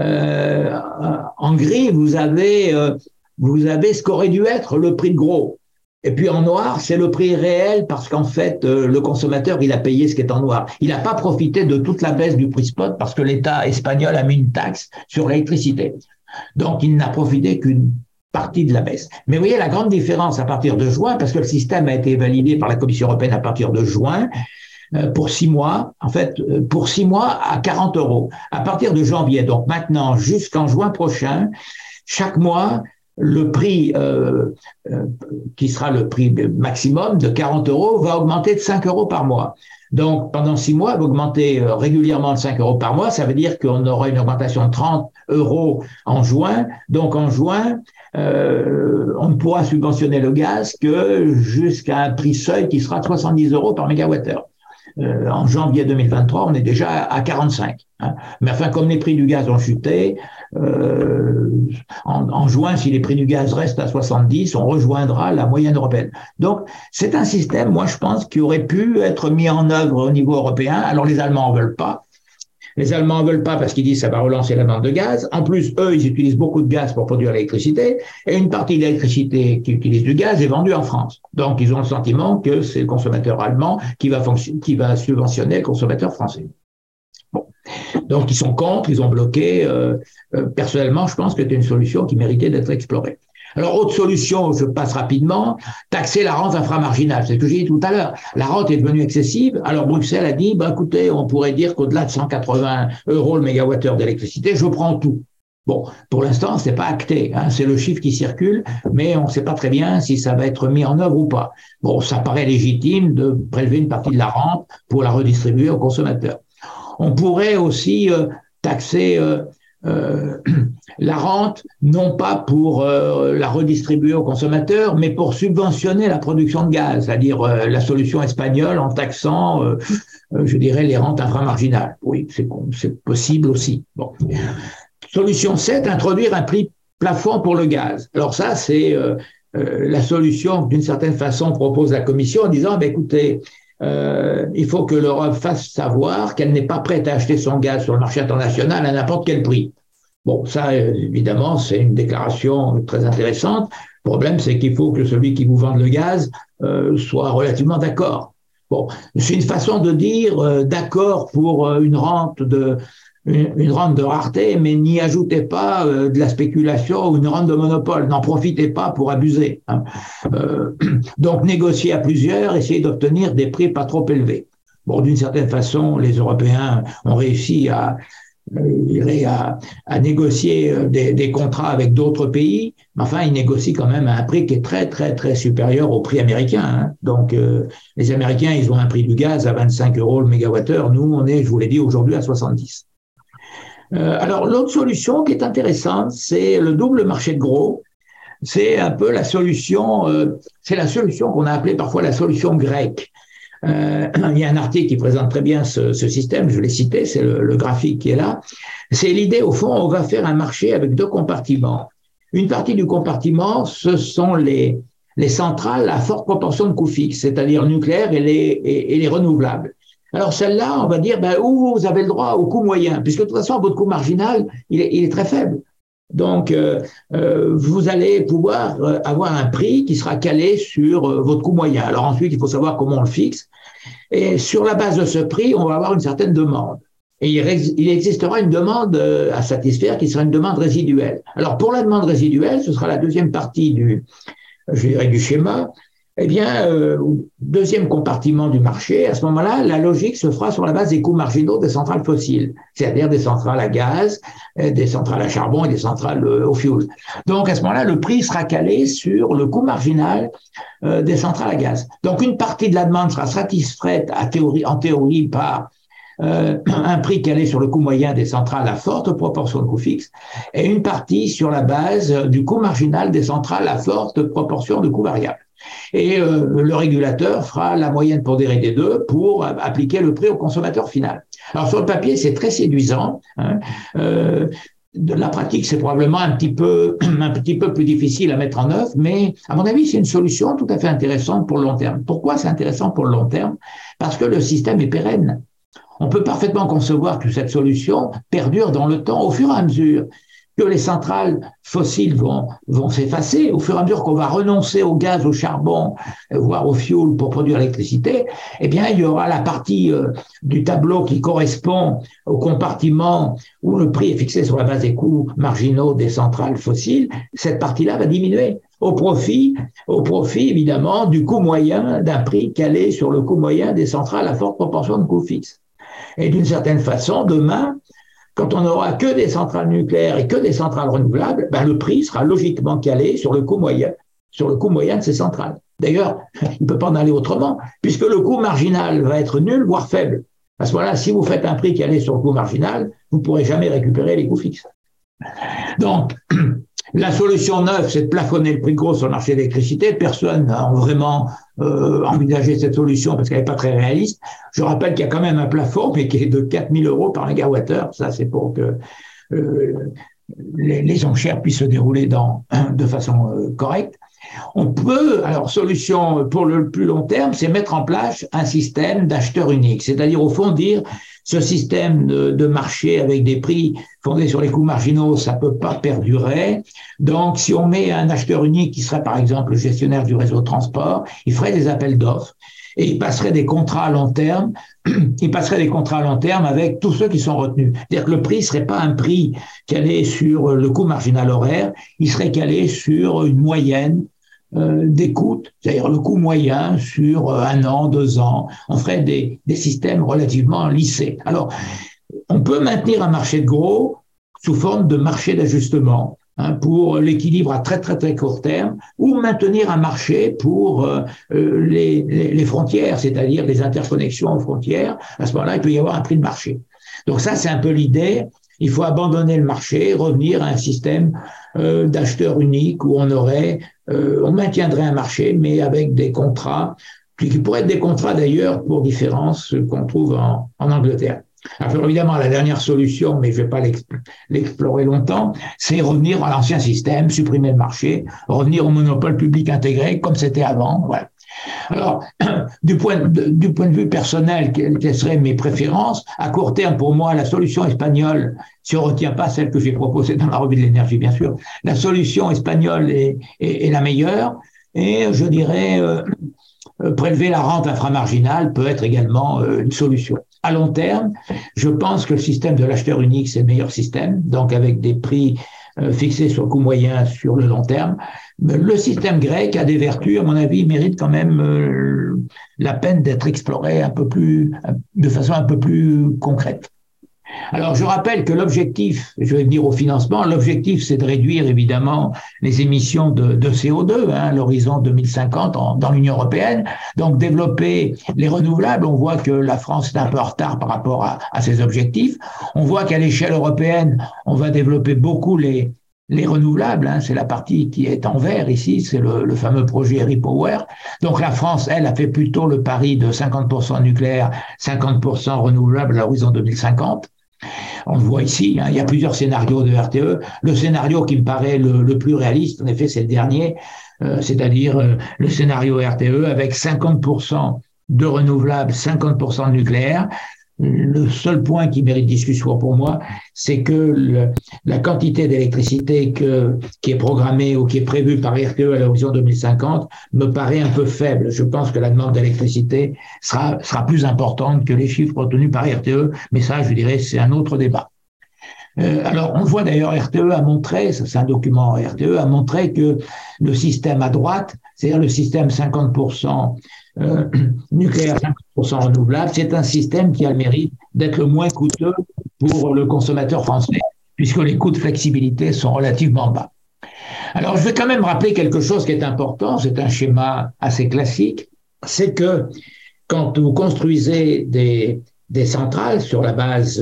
En gris, vous avez ce qu'aurait dû être le prix de gros. Et puis en noir, c'est le prix réel parce qu'en fait, le consommateur, il a payé ce qui est en noir. Il n'a pas profité de toute la baisse du prix spot parce que l'État espagnol a mis une taxe sur l'électricité. Donc, il n'a profité qu'une partie de la baisse. Mais vous voyez la grande différence à partir de juin, parce que le système a été validé par la Commission européenne à partir de juin, pour 6 mois, en fait, pour 6 mois à 40 euros. À partir de janvier, donc maintenant jusqu'en juin prochain, chaque mois, le prix qui sera le prix maximum de 40 euros va augmenter de 5 euros par mois. Donc, pendant 6 mois, il va augmenter régulièrement de 5 euros par mois. Ça veut dire qu'on aura une augmentation de 30 euros en juin. Donc, en juin, on ne pourra subventionner le gaz que jusqu'à un prix seuil qui sera de 70 euros par mégawattheure. En janvier 2023, on est déjà à 45. Hein. Mais enfin, comme les prix du gaz ont chuté, en juin, si les prix du gaz restent à 70, on rejoindra la moyenne européenne. Donc, c'est un système, moi, je pense, qui aurait pu être mis en œuvre au niveau européen. Alors, les Allemands en veulent pas. Les Allemands ne veulent pas parce qu'ils disent que ça va relancer la demande de gaz. En plus, eux, ils utilisent beaucoup de gaz pour produire l'électricité. Et une partie de l'électricité qui utilise du gaz est vendue en France. Donc, ils ont le sentiment que c'est le consommateur allemand qui va subventionner le consommateur français. Bon. Donc, ils sont contre, ils ont bloqué. Personnellement, je pense que c'est une solution qui méritait d'être explorée. Alors, autre solution, je passe rapidement, taxer la rente inframarginale. C'est ce que j'ai dit tout à l'heure. La rente est devenue excessive. Alors, Bruxelles a dit, écoutez, on pourrait dire qu'au-delà de 180 euros le mégawattheure d'électricité, je prends tout. Bon, pour l'instant, c'est pas acté. Hein, c'est le chiffre qui circule, mais on ne sait pas très bien si ça va être mis en œuvre ou pas. Bon, ça paraît légitime de prélever une partie de la rente pour la redistribuer aux consommateurs. On pourrait aussi taxer la rente, non pas pour la redistribuer aux consommateurs, mais pour subventionner la production de gaz, c'est-à-dire la solution espagnole en taxant, je dirais, les rentes inframarginales. Oui, c'est possible aussi. Bon. Solution 7, introduire un prix plafond pour le gaz. Alors ça, c'est la solution que d'une certaine façon propose la Commission en disant, écoutez, il faut que l'Europe fasse savoir qu'elle n'est pas prête à acheter son gaz sur le marché international à n'importe quel prix. Bon, ça, évidemment, c'est une déclaration très intéressante. Le problème, c'est qu'il faut que celui qui vous vende le gaz soit relativement d'accord. Bon, c'est une façon de dire d'accord pour une rente de rareté, mais n'y ajoutez pas de la spéculation ou une rente de monopole. N'en profitez pas pour abuser. Hein. Donc, négocier à plusieurs, essayer d'obtenir des prix pas trop élevés. Bon, d'une certaine façon, les Européens ont réussi à négocier des contrats avec d'autres pays, mais enfin, ils négocient quand même à un prix qui est très, très, très supérieur au prix américain. Hein. Donc, les Américains, ils ont un prix du gaz à 25 euros le mégawattheure. Nous, on est, je vous l'ai dit, aujourd'hui à 70. Alors, l'autre solution qui est intéressante, c'est le double marché de gros. C'est un peu la solution, c'est la solution qu'on a appelée parfois la solution grecque. Il y a un article qui présente très bien ce système, je l'ai cité, c'est le graphique qui est là. C'est l'idée, au fond, on va faire un marché avec deux compartiments. Une partie du compartiment, ce sont les centrales à forte proportion de coûts fixes, c'est-à-dire nucléaire et les renouvelables. Alors celle-là, on va dire, où vous avez le droit au coût moyen, puisque de toute façon, votre coût marginal, il est très faible. Donc, vous allez pouvoir avoir un prix qui sera calé sur votre coût moyen. Alors ensuite, il faut savoir comment on le fixe. Et sur la base de ce prix, on va avoir une certaine demande. Et il existera une demande à satisfaire qui sera une demande résiduelle. Alors, pour la demande résiduelle, ce sera la deuxième partie du schéma. Eh bien, deuxième compartiment du marché, à ce moment-là, la logique se fera sur la base des coûts marginaux des centrales fossiles, c'est-à-dire des centrales à gaz, des centrales à charbon et des centrales au fioul. Donc, à ce moment-là, le prix sera calé sur le coût marginal des centrales à gaz. Donc, une partie de la demande sera satisfaite en théorie par un prix calé sur le coût moyen des centrales à forte proportion de coûts fixes et une partie sur la base du coût marginal des centrales à forte proportion de coûts variables. Et le régulateur fera la moyenne pondérée des deux pour appliquer le prix au consommateur final. Alors sur le papier, c'est très séduisant. Hein. de la pratique, c'est probablement un petit peu plus difficile à mettre en œuvre, mais à mon avis, c'est une solution tout à fait intéressante pour le long terme. Pourquoi c'est intéressant pour le long terme? Parce que le système est pérenne. On peut parfaitement concevoir que cette solution perdure dans le temps au fur et à mesure que les centrales fossiles vont s'effacer, au fur et à mesure qu'on va renoncer au gaz, au charbon, voire au fioul pour produire l'électricité, eh bien, il y aura la partie du tableau qui correspond au compartiment où le prix est fixé sur la base des coûts marginaux des centrales fossiles. Cette partie-là va diminuer au profit évidemment du coût moyen d'un prix calé sur le coût moyen des centrales à forte proportion de coûts fixes. Et d'une certaine façon, demain, quand on n'aura que des centrales nucléaires et que des centrales renouvelables, ben le prix sera logiquement calé sur le coût moyen de ces centrales. D'ailleurs, il ne peut pas en aller autrement, puisque le coût marginal va être nul, voire faible. À ce moment-là, si vous faites un prix calé sur le coût marginal, vous ne pourrez jamais récupérer les coûts fixes. Donc, la solution neuve, c'est de plafonner le prix gros sur le marché de l'électricité. Personne n'a vraiment envisagé cette solution parce qu'elle n'est pas très réaliste. Je rappelle qu'il y a quand même un plafond, mais qui est de 4 000 € par mégawattheure. Ça, c'est pour que les enchères puissent se dérouler de façon correcte. On peut, alors, solution pour le plus long terme, c'est mettre en place un système d'acheteur unique. C'est-à-dire, au fond, dire, ce système de marché avec des prix fondés sur les coûts marginaux, ça peut pas perdurer. Donc, si on met un acheteur unique qui serait, par exemple, le gestionnaire du réseau de transport, il ferait des appels d'offres et il passerait des contrats à long terme. Il passerait des contrats à long terme avec tous ceux qui sont retenus. C'est-à-dire que le prix serait pas un prix calé sur le coût marginal horaire, il serait calé sur une moyenne des coûts, c'est-à-dire le coût moyen sur 1 an, 2 ans. On ferait des systèmes relativement lissés. Alors, on peut maintenir un marché de gros sous forme de marché d'ajustement pour l'équilibre à très très très court terme, ou maintenir un marché pour les frontières, c'est-à-dire les interconnexions aux frontières. À ce moment-là, il peut y avoir un prix de marché. Donc ça, c'est un peu l'idée. Il faut abandonner le marché, revenir à un système d'acheteurs uniques où on maintiendrait un marché, mais avec des contrats, qui pourraient être des contrats d'ailleurs pour différence qu'on trouve en Angleterre. Alors évidemment, la dernière solution, mais je ne vais pas l'explorer longtemps, c'est revenir à l'ancien système, supprimer le marché, revenir au monopole public intégré comme c'était avant. Voilà. Alors, du point de vue personnel, quelles seraient mes préférences? À court terme, pour moi, la solution espagnole, si on ne retient pas celle que j'ai proposée dans la revue de l'énergie, bien sûr, la solution espagnole est la meilleure. Et je dirais, prélever la rente inframarginale peut être également une solution. À long terme, je pense que le système de l'acheteur unique, c'est le meilleur système, donc avec des prix fixés sur le coût moyen sur le long terme. Le système grec a des vertus, à mon avis, mérite quand même la peine d'être exploré de façon un peu plus concrète. Alors, je rappelle que l'objectif, je vais venir au financement, l'objectif, c'est de réduire évidemment les émissions de CO2 à l'horizon 2050 dans l'Union européenne. Donc, développer les renouvelables, on voit que la France est un peu en retard par rapport à ses objectifs. On voit qu'à l'échelle européenne, on va développer beaucoup les renouvelables, c'est la partie qui est en vert ici, c'est le fameux projet RePower. Donc la France, elle, a fait plutôt le pari de 50% nucléaire, 50% renouvelable à l'horizon 2050. On le voit ici, il y a plusieurs scénarios de RTE. Le scénario qui me paraît le plus réaliste, en effet, c'est le dernier, c'est-à-dire le scénario RTE avec 50% de renouvelables, 50% de nucléaire. Le seul point qui mérite discussion pour moi, c'est que la quantité d'électricité qui est programmée ou qui est prévue par RTE à l'horizon 2050 me paraît un peu faible. Je pense que la demande d'électricité sera plus importante que les chiffres retenus par RTE, mais ça, je dirais, c'est un autre débat. Alors, on voit d'ailleurs, RTE a montré, c'est un document RTE, a montré que le système à droite, c'est-à-dire le système 50% nucléaire, 50% renouvelable, c'est un système qui a le mérite d'être le moins coûteux pour le consommateur français, puisque les coûts de flexibilité sont relativement bas. Alors, je vais quand même rappeler quelque chose qui est important, c'est un schéma assez classique, c'est que quand vous construisez des centrales sur la base,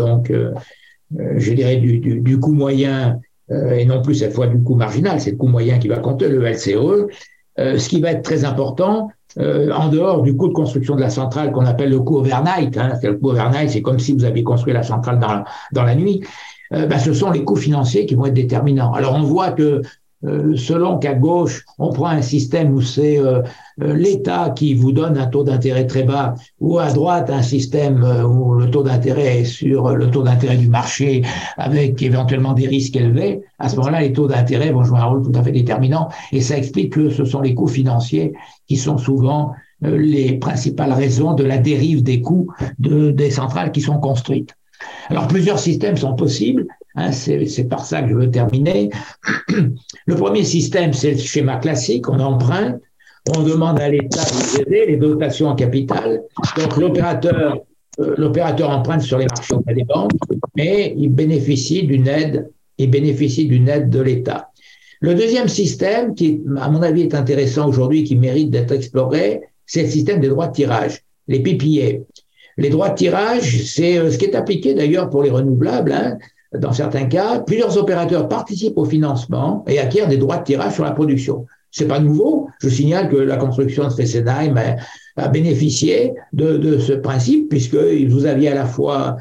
je dirais, du coût moyen, et non plus cette fois du coût marginal, c'est le coût moyen qui va compter, le LCOE, ce qui va être très important, en dehors du coût de construction de la centrale qu'on appelle le coût overnight, le coût overnight, c'est comme si vous aviez construit la centrale dans la nuit, ce sont les coûts financiers qui vont être déterminants. Alors on voit que selon qu'à gauche, on prend un système où c'est l'État qui vous donne un taux d'intérêt très bas, ou à droite, un système où le taux d'intérêt est sur le taux d'intérêt du marché avec éventuellement des risques élevés, à ce moment-là, les taux d'intérêt vont jouer un rôle tout à fait déterminant. Et ça explique que ce sont les coûts financiers qui sont souvent les principales raisons de la dérive des coûts des centrales qui sont construites. Alors, plusieurs systèmes sont possibles. C'est par ça que je veux terminer. Le premier système, c'est le schéma classique. On emprunte, on demande à l'État de nous aider, les dotations en capital. Donc, l'opérateur emprunte sur les marchés auprès des banques, mais il bénéficie d'une aide de l'État. Le deuxième système, qui, à mon avis, est intéressant aujourd'hui, qui mérite d'être exploré, c'est le système des droits de tirage, les PPA. Les droits de tirage, c'est ce qui est appliqué d'ailleurs pour les renouvelables. Dans certains cas, plusieurs opérateurs participent au financement et acquièrent des droits de tirage sur la production. C'est pas nouveau. Je signale que la construction de Fessenheim a bénéficié de ce principe, puisque vous aviez à la fois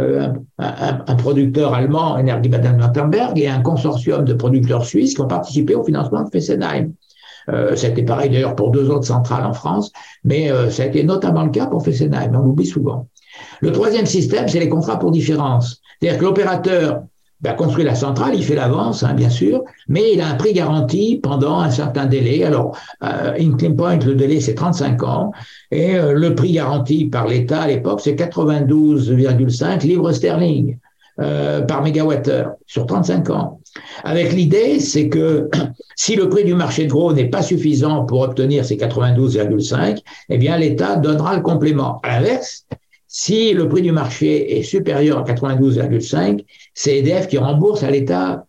un producteur allemand, Energie Baden-Württemberg, et un consortium de producteurs suisses qui ont participé au financement de Fessenheim. Ça a été pareil d'ailleurs pour 2 autres centrales en France, mais ça a été notamment le cas pour Fessenheim, on l'oublie souvent. Le troisième système, c'est les contrats pour différence. C'est-à-dire que l'opérateur construit la centrale, il fait l'avance, bien sûr, mais il a un prix garanti pendant un certain délai. Alors, Hinkley Point, le délai, c'est 35 ans, et le prix garanti par l'État à l'époque, c'est 92,5 livres sterling par mégawattheure sur 35 ans. Avec l'idée, c'est que si le prix du marché de gros n'est pas suffisant pour obtenir ces 92,5, eh bien l'État donnera le complément. À l'inverse, si le prix du marché est supérieur à 92,5, c'est EDF qui rembourse à l'État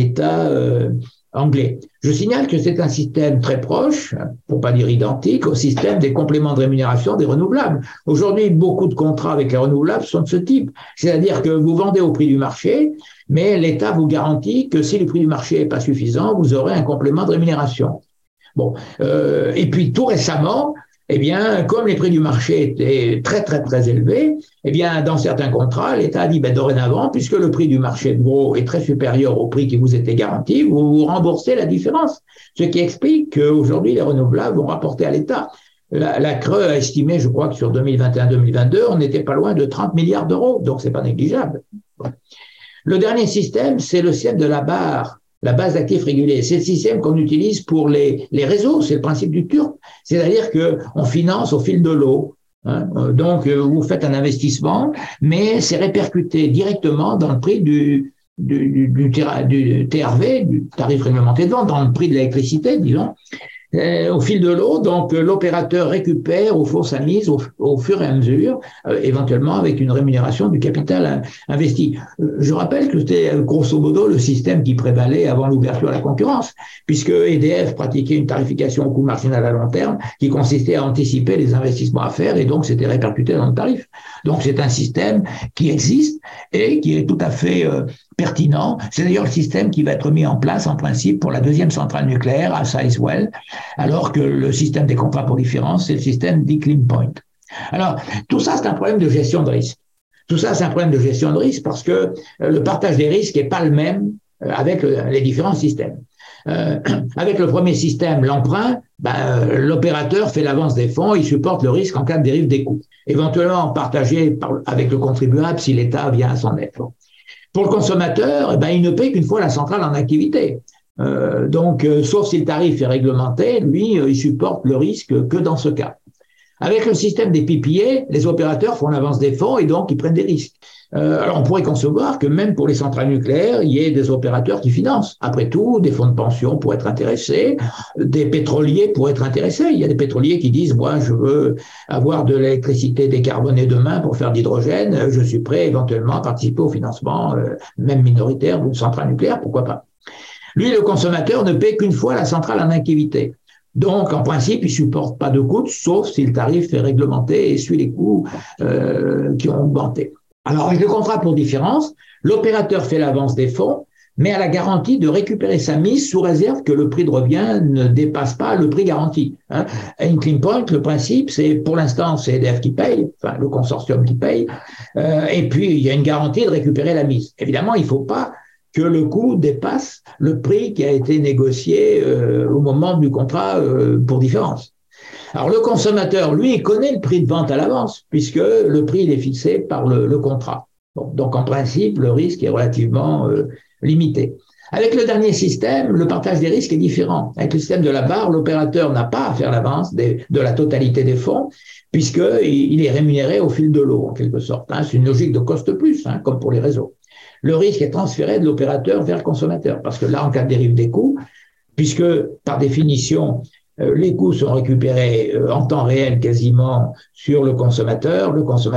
anglais. Je signale que c'est un système très proche, pour pas dire identique, au système des compléments de rémunération des renouvelables. Aujourd'hui, beaucoup de contrats avec les renouvelables sont de ce type. C'est-à-dire que vous vendez au prix du marché, mais l'État vous garantit que si le prix du marché n'est pas suffisant, vous aurez un complément de rémunération. Bon, et puis tout récemment, eh bien, comme les prix du marché étaient très, très, très élevés, eh bien, dans certains contrats, l'État a dit, dorénavant, puisque le prix du marché de gros est très supérieur au prix qui vous était garanti, vous remboursez la différence. Ce qui explique qu'aujourd'hui, les renouvelables vont rapporter à l'État. La CRE a estimé, je crois que sur 2021-2022, on n'était pas loin de 30 milliards d'euros, donc c'est pas négligeable. Le dernier système, c'est le système de la base d'actifs régulés. C'est le système qu'on utilise pour les réseaux, c'est le principe du TURP, c'est-à-dire qu'on finance au fil de l'eau. Donc, vous faites un investissement, mais c'est répercuté directement dans le prix du TRV, du tarif réglementé de vente, dans le prix de l'électricité, disons. Au fil de l'eau, donc l'opérateur récupère au fond sa mise au fur et à mesure, éventuellement avec une rémunération du capital investi. Je rappelle que c'était grosso modo le système qui prévalait avant l'ouverture à la concurrence, puisque EDF pratiquait une tarification au coût marginal à long terme qui consistait à anticiper les investissements à faire et donc c'était répercuté dans le tarif. Donc c'est un système qui existe et qui est tout à fait pertinent. C'est d'ailleurs le système qui va être mis en place en principe pour la deuxième centrale nucléaire à Sizewell, alors que le système des contrats pour différence, c'est le système d'Hinkley Point. Alors, tout ça, c'est un problème de gestion de risque. Tout ça, c'est un problème de gestion de risque parce que le partage des risques n'est pas le même avec les différents systèmes. Avec le premier système, l'emprunt, l'opérateur fait l'avance des fonds, il supporte le risque en cas de dérive des coûts, éventuellement partagé avec le contribuable si l'État vient à son aide. Pour le consommateur, il ne paie qu'une fois la centrale en activité. Donc, sauf si le tarif est réglementé, lui, il supporte le risque que dans ce cas. Avec le système des PPA, les opérateurs font l'avance des fonds et donc ils prennent des risques. Alors, on pourrait concevoir que même pour les centrales nucléaires, il y ait des opérateurs qui financent. Après tout, des fonds de pension pourraient être intéressés, des pétroliers pourraient être intéressés. Il y a des pétroliers qui disent, moi, je veux avoir de l'électricité décarbonée demain pour faire de l'hydrogène, je suis prêt éventuellement à participer au financement, même minoritaire, d'une centrale nucléaire, pourquoi pas. Lui, le consommateur, ne paie qu'une fois la centrale en activité. Donc, en principe, il ne supporte pas de coûts, sauf si le tarif est réglementé et suit les coûts qui ont augmenté. Alors, avec le contrat pour différence, l'opérateur fait l'avance des fonds, mais a la garantie de récupérer sa mise sous réserve que le prix de revient ne dépasse pas le prix garanti. Hein. Hinkley Point, le principe, c'est pour l'instant, c'est EDF qui paye, enfin le consortium qui paye, et puis il y a une garantie de récupérer la mise. Évidemment, il ne faut pas que le coût dépasse le prix qui a été négocié au moment du contrat pour différence. Alors le consommateur, lui, il connaît le prix de vente à l'avance, puisque le prix il est fixé par le contrat. Bon, donc en principe, le risque est relativement limité. Avec le dernier système, le partage des risques est différent. Avec le système de la barre, l'opérateur n'a pas à faire l'avance de la totalité des fonds, puisqu'il est rémunéré au fil de l'eau, en quelque sorte. Hein. C'est une logique de coste plus, hein, comme pour les réseaux. Le risque est transféré de l'opérateur vers le consommateur, parce que là, en cas de dérive des coûts, puisque par définition, les coûts sont récupérés en temps réel quasiment sur le consommateur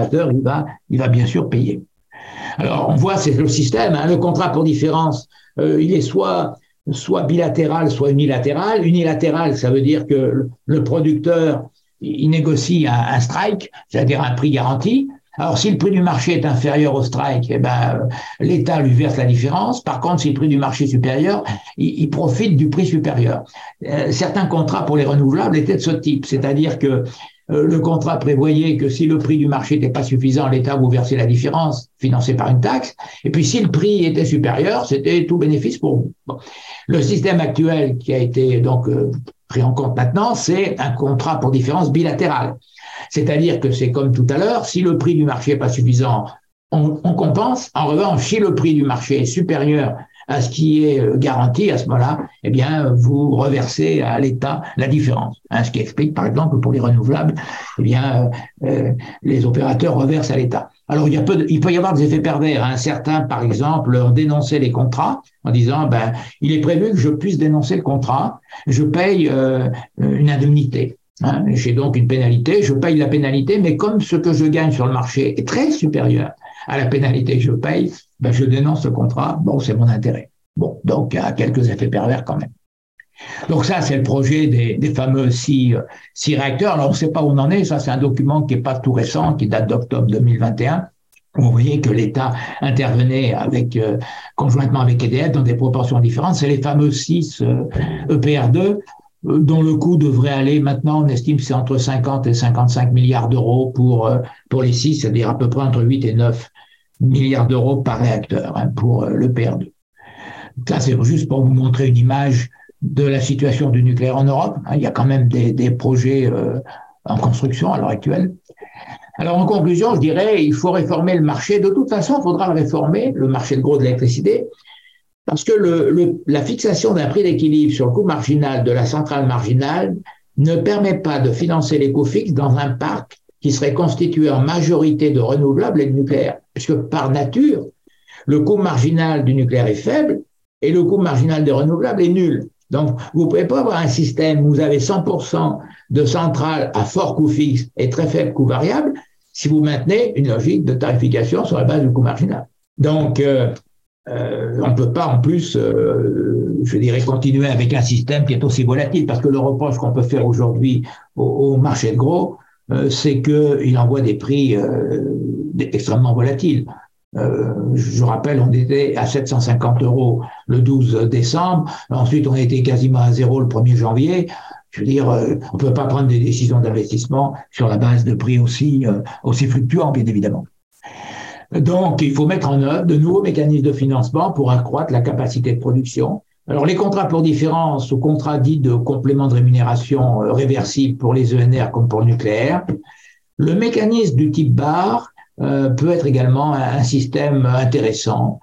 il va bien sûr payer. Alors, on voit, c'est le système, hein, le contrat pour différence, il est soit bilatéral, soit unilatéral. Unilatéral, ça veut dire que le producteur, il négocie un strike, c'est-à-dire un prix garanti. Alors, si le prix du marché est inférieur au strike, eh ben, l'État lui verse la différence. Par contre, si le prix du marché est supérieur, il profite du prix supérieur. Certains contrats pour les renouvelables étaient de ce type, c'est-à-dire que le contrat prévoyait que si le prix du marché n'était pas suffisant, l'État vous versait la différence, financée par une taxe. Et puis, si le prix était supérieur, c'était tout bénéfice pour vous. Bon. Le système actuel qui a été donc pris en compte maintenant, c'est un contrat pour différence bilatéral. C'est-à-dire que c'est comme tout à l'heure, si le prix du marché n'est pas suffisant, on compense. En revanche, si le prix du marché est supérieur à ce qui est garanti à ce moment-là, eh bien, vous reversez à l'État la différence. Hein, ce qui explique, par exemple, pour les renouvelables, eh bien, les opérateurs reversent à l'État. Alors, il peut y avoir des effets pervers. Hein. Certains, par exemple, ont dénoncé les contrats en disant, ben, il est prévu que je puisse dénoncer le contrat, je paye une indemnité. Hein, j'ai donc une pénalité, je paye la pénalité, mais comme ce que je gagne sur le marché est très supérieur à la pénalité que je paye, ben je dénonce le contrat, bon, c'est mon intérêt. Bon, donc il y a quelques effets pervers quand même. Donc ça, c'est le projet des fameux six réacteurs. Alors on ne sait pas où on en est, ça c'est un document qui n'est pas tout récent, qui date d'octobre 2021. Vous voyez que l'État intervenait conjointement avec EDF dans des proportions différentes. C'est les fameux 6 EPR2, dont le coût devrait aller maintenant, on estime que c'est entre 50 et 55 milliards d'euros pour les 6, c'est-à-dire à peu près entre 8 et 9 milliards d'euros par réacteur hein, pour l'EPR2. Ça, c'est juste pour vous montrer une image de la situation du nucléaire en Europe. Il y a quand même des projets en construction à l'heure actuelle. Alors, en conclusion, je dirais, il faut réformer le marché. De toute façon, il faudra le réformer, le marché de gros de l'électricité, parce que la fixation d'un prix d'équilibre sur le coût marginal de la centrale marginale ne permet pas de financer les coûts fixes dans un parc qui serait constitué en majorité de renouvelables et de nucléaire. Puisque par nature, le coût marginal du nucléaire est faible et le coût marginal des renouvelables est nul. Donc, vous ne pouvez pas avoir un système où vous avez 100% de centrales à fort coût fixe et très faible coût variable si vous maintenez une logique de tarification sur la base du coût marginal. Donc, on ne peut pas en plus, je dirais, continuer avec un système qui est aussi volatile, parce que le reproche qu'on peut faire aujourd'hui au marché de gros, c'est qu'il envoie des prix extrêmement volatiles. Je rappelle, on était à 750 € le 12 décembre, ensuite on était quasiment à zéro le 1er janvier. Je veux dire, on ne peut pas prendre des décisions d'investissement sur la base de prix aussi fluctuants, bien évidemment. Donc, il faut mettre en œuvre de nouveaux mécanismes de financement pour accroître la capacité de production. Alors, les contrats pour différence ou contrats dits de complément de rémunération réversible pour les ENR comme pour le nucléaire. Le mécanisme du type barre peut être également un système intéressant,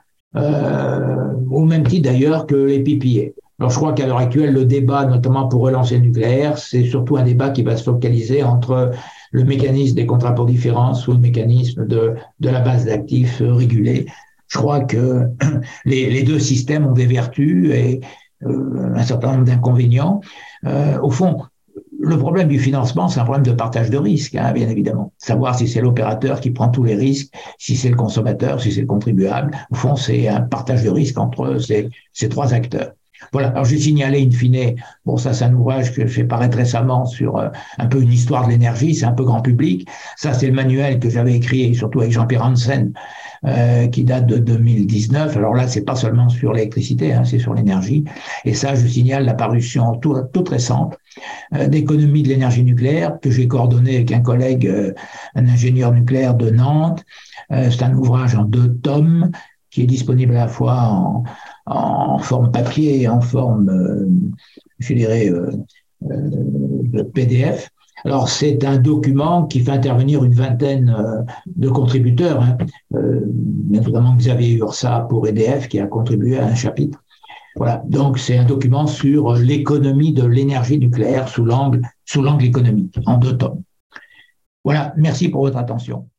au même titre d'ailleurs que les PPA. Alors, je crois qu'à l'heure actuelle, le débat, notamment pour relancer le nucléaire, c'est surtout un débat qui va se focaliser entre le mécanisme des contrats pour différence ou le mécanisme de la base d'actifs régulée. Je crois que les deux systèmes ont des vertus et un certain nombre d'inconvénients. Au fond, le problème du financement, c'est un problème de partage de risques, hein, bien évidemment. Savoir si c'est l'opérateur qui prend tous les risques, si c'est le consommateur, si c'est le contribuable. Au fond, c'est un partage de risques entre ces trois acteurs. Voilà, alors j'ai signalé in fine, bon ça c'est un ouvrage que j'ai paraître récemment sur un peu une histoire de l'énergie, c'est un peu grand public. Ça c'est le manuel que j'avais écrit, surtout avec Jean-Pierre Hansen, qui date de 2019. Alors là, c'est pas seulement sur l'électricité, hein, c'est sur l'énergie. Et ça, je signale la parution toute récente d'économie de l'énergie nucléaire que j'ai coordonné avec un collègue, un ingénieur nucléaire de Nantes. C'est un ouvrage en 2 tomes qui est disponible à la fois en forme papier et en forme, je dirais, de PDF. Alors, c'est un document qui fait intervenir une vingtaine de contributeurs, hein, notamment Xavier Ursa pour EDF qui a contribué à un chapitre. Voilà, donc c'est un document sur l'économie de l'énergie nucléaire sous l'angle économique, en 2 tomes. Voilà, merci pour votre attention.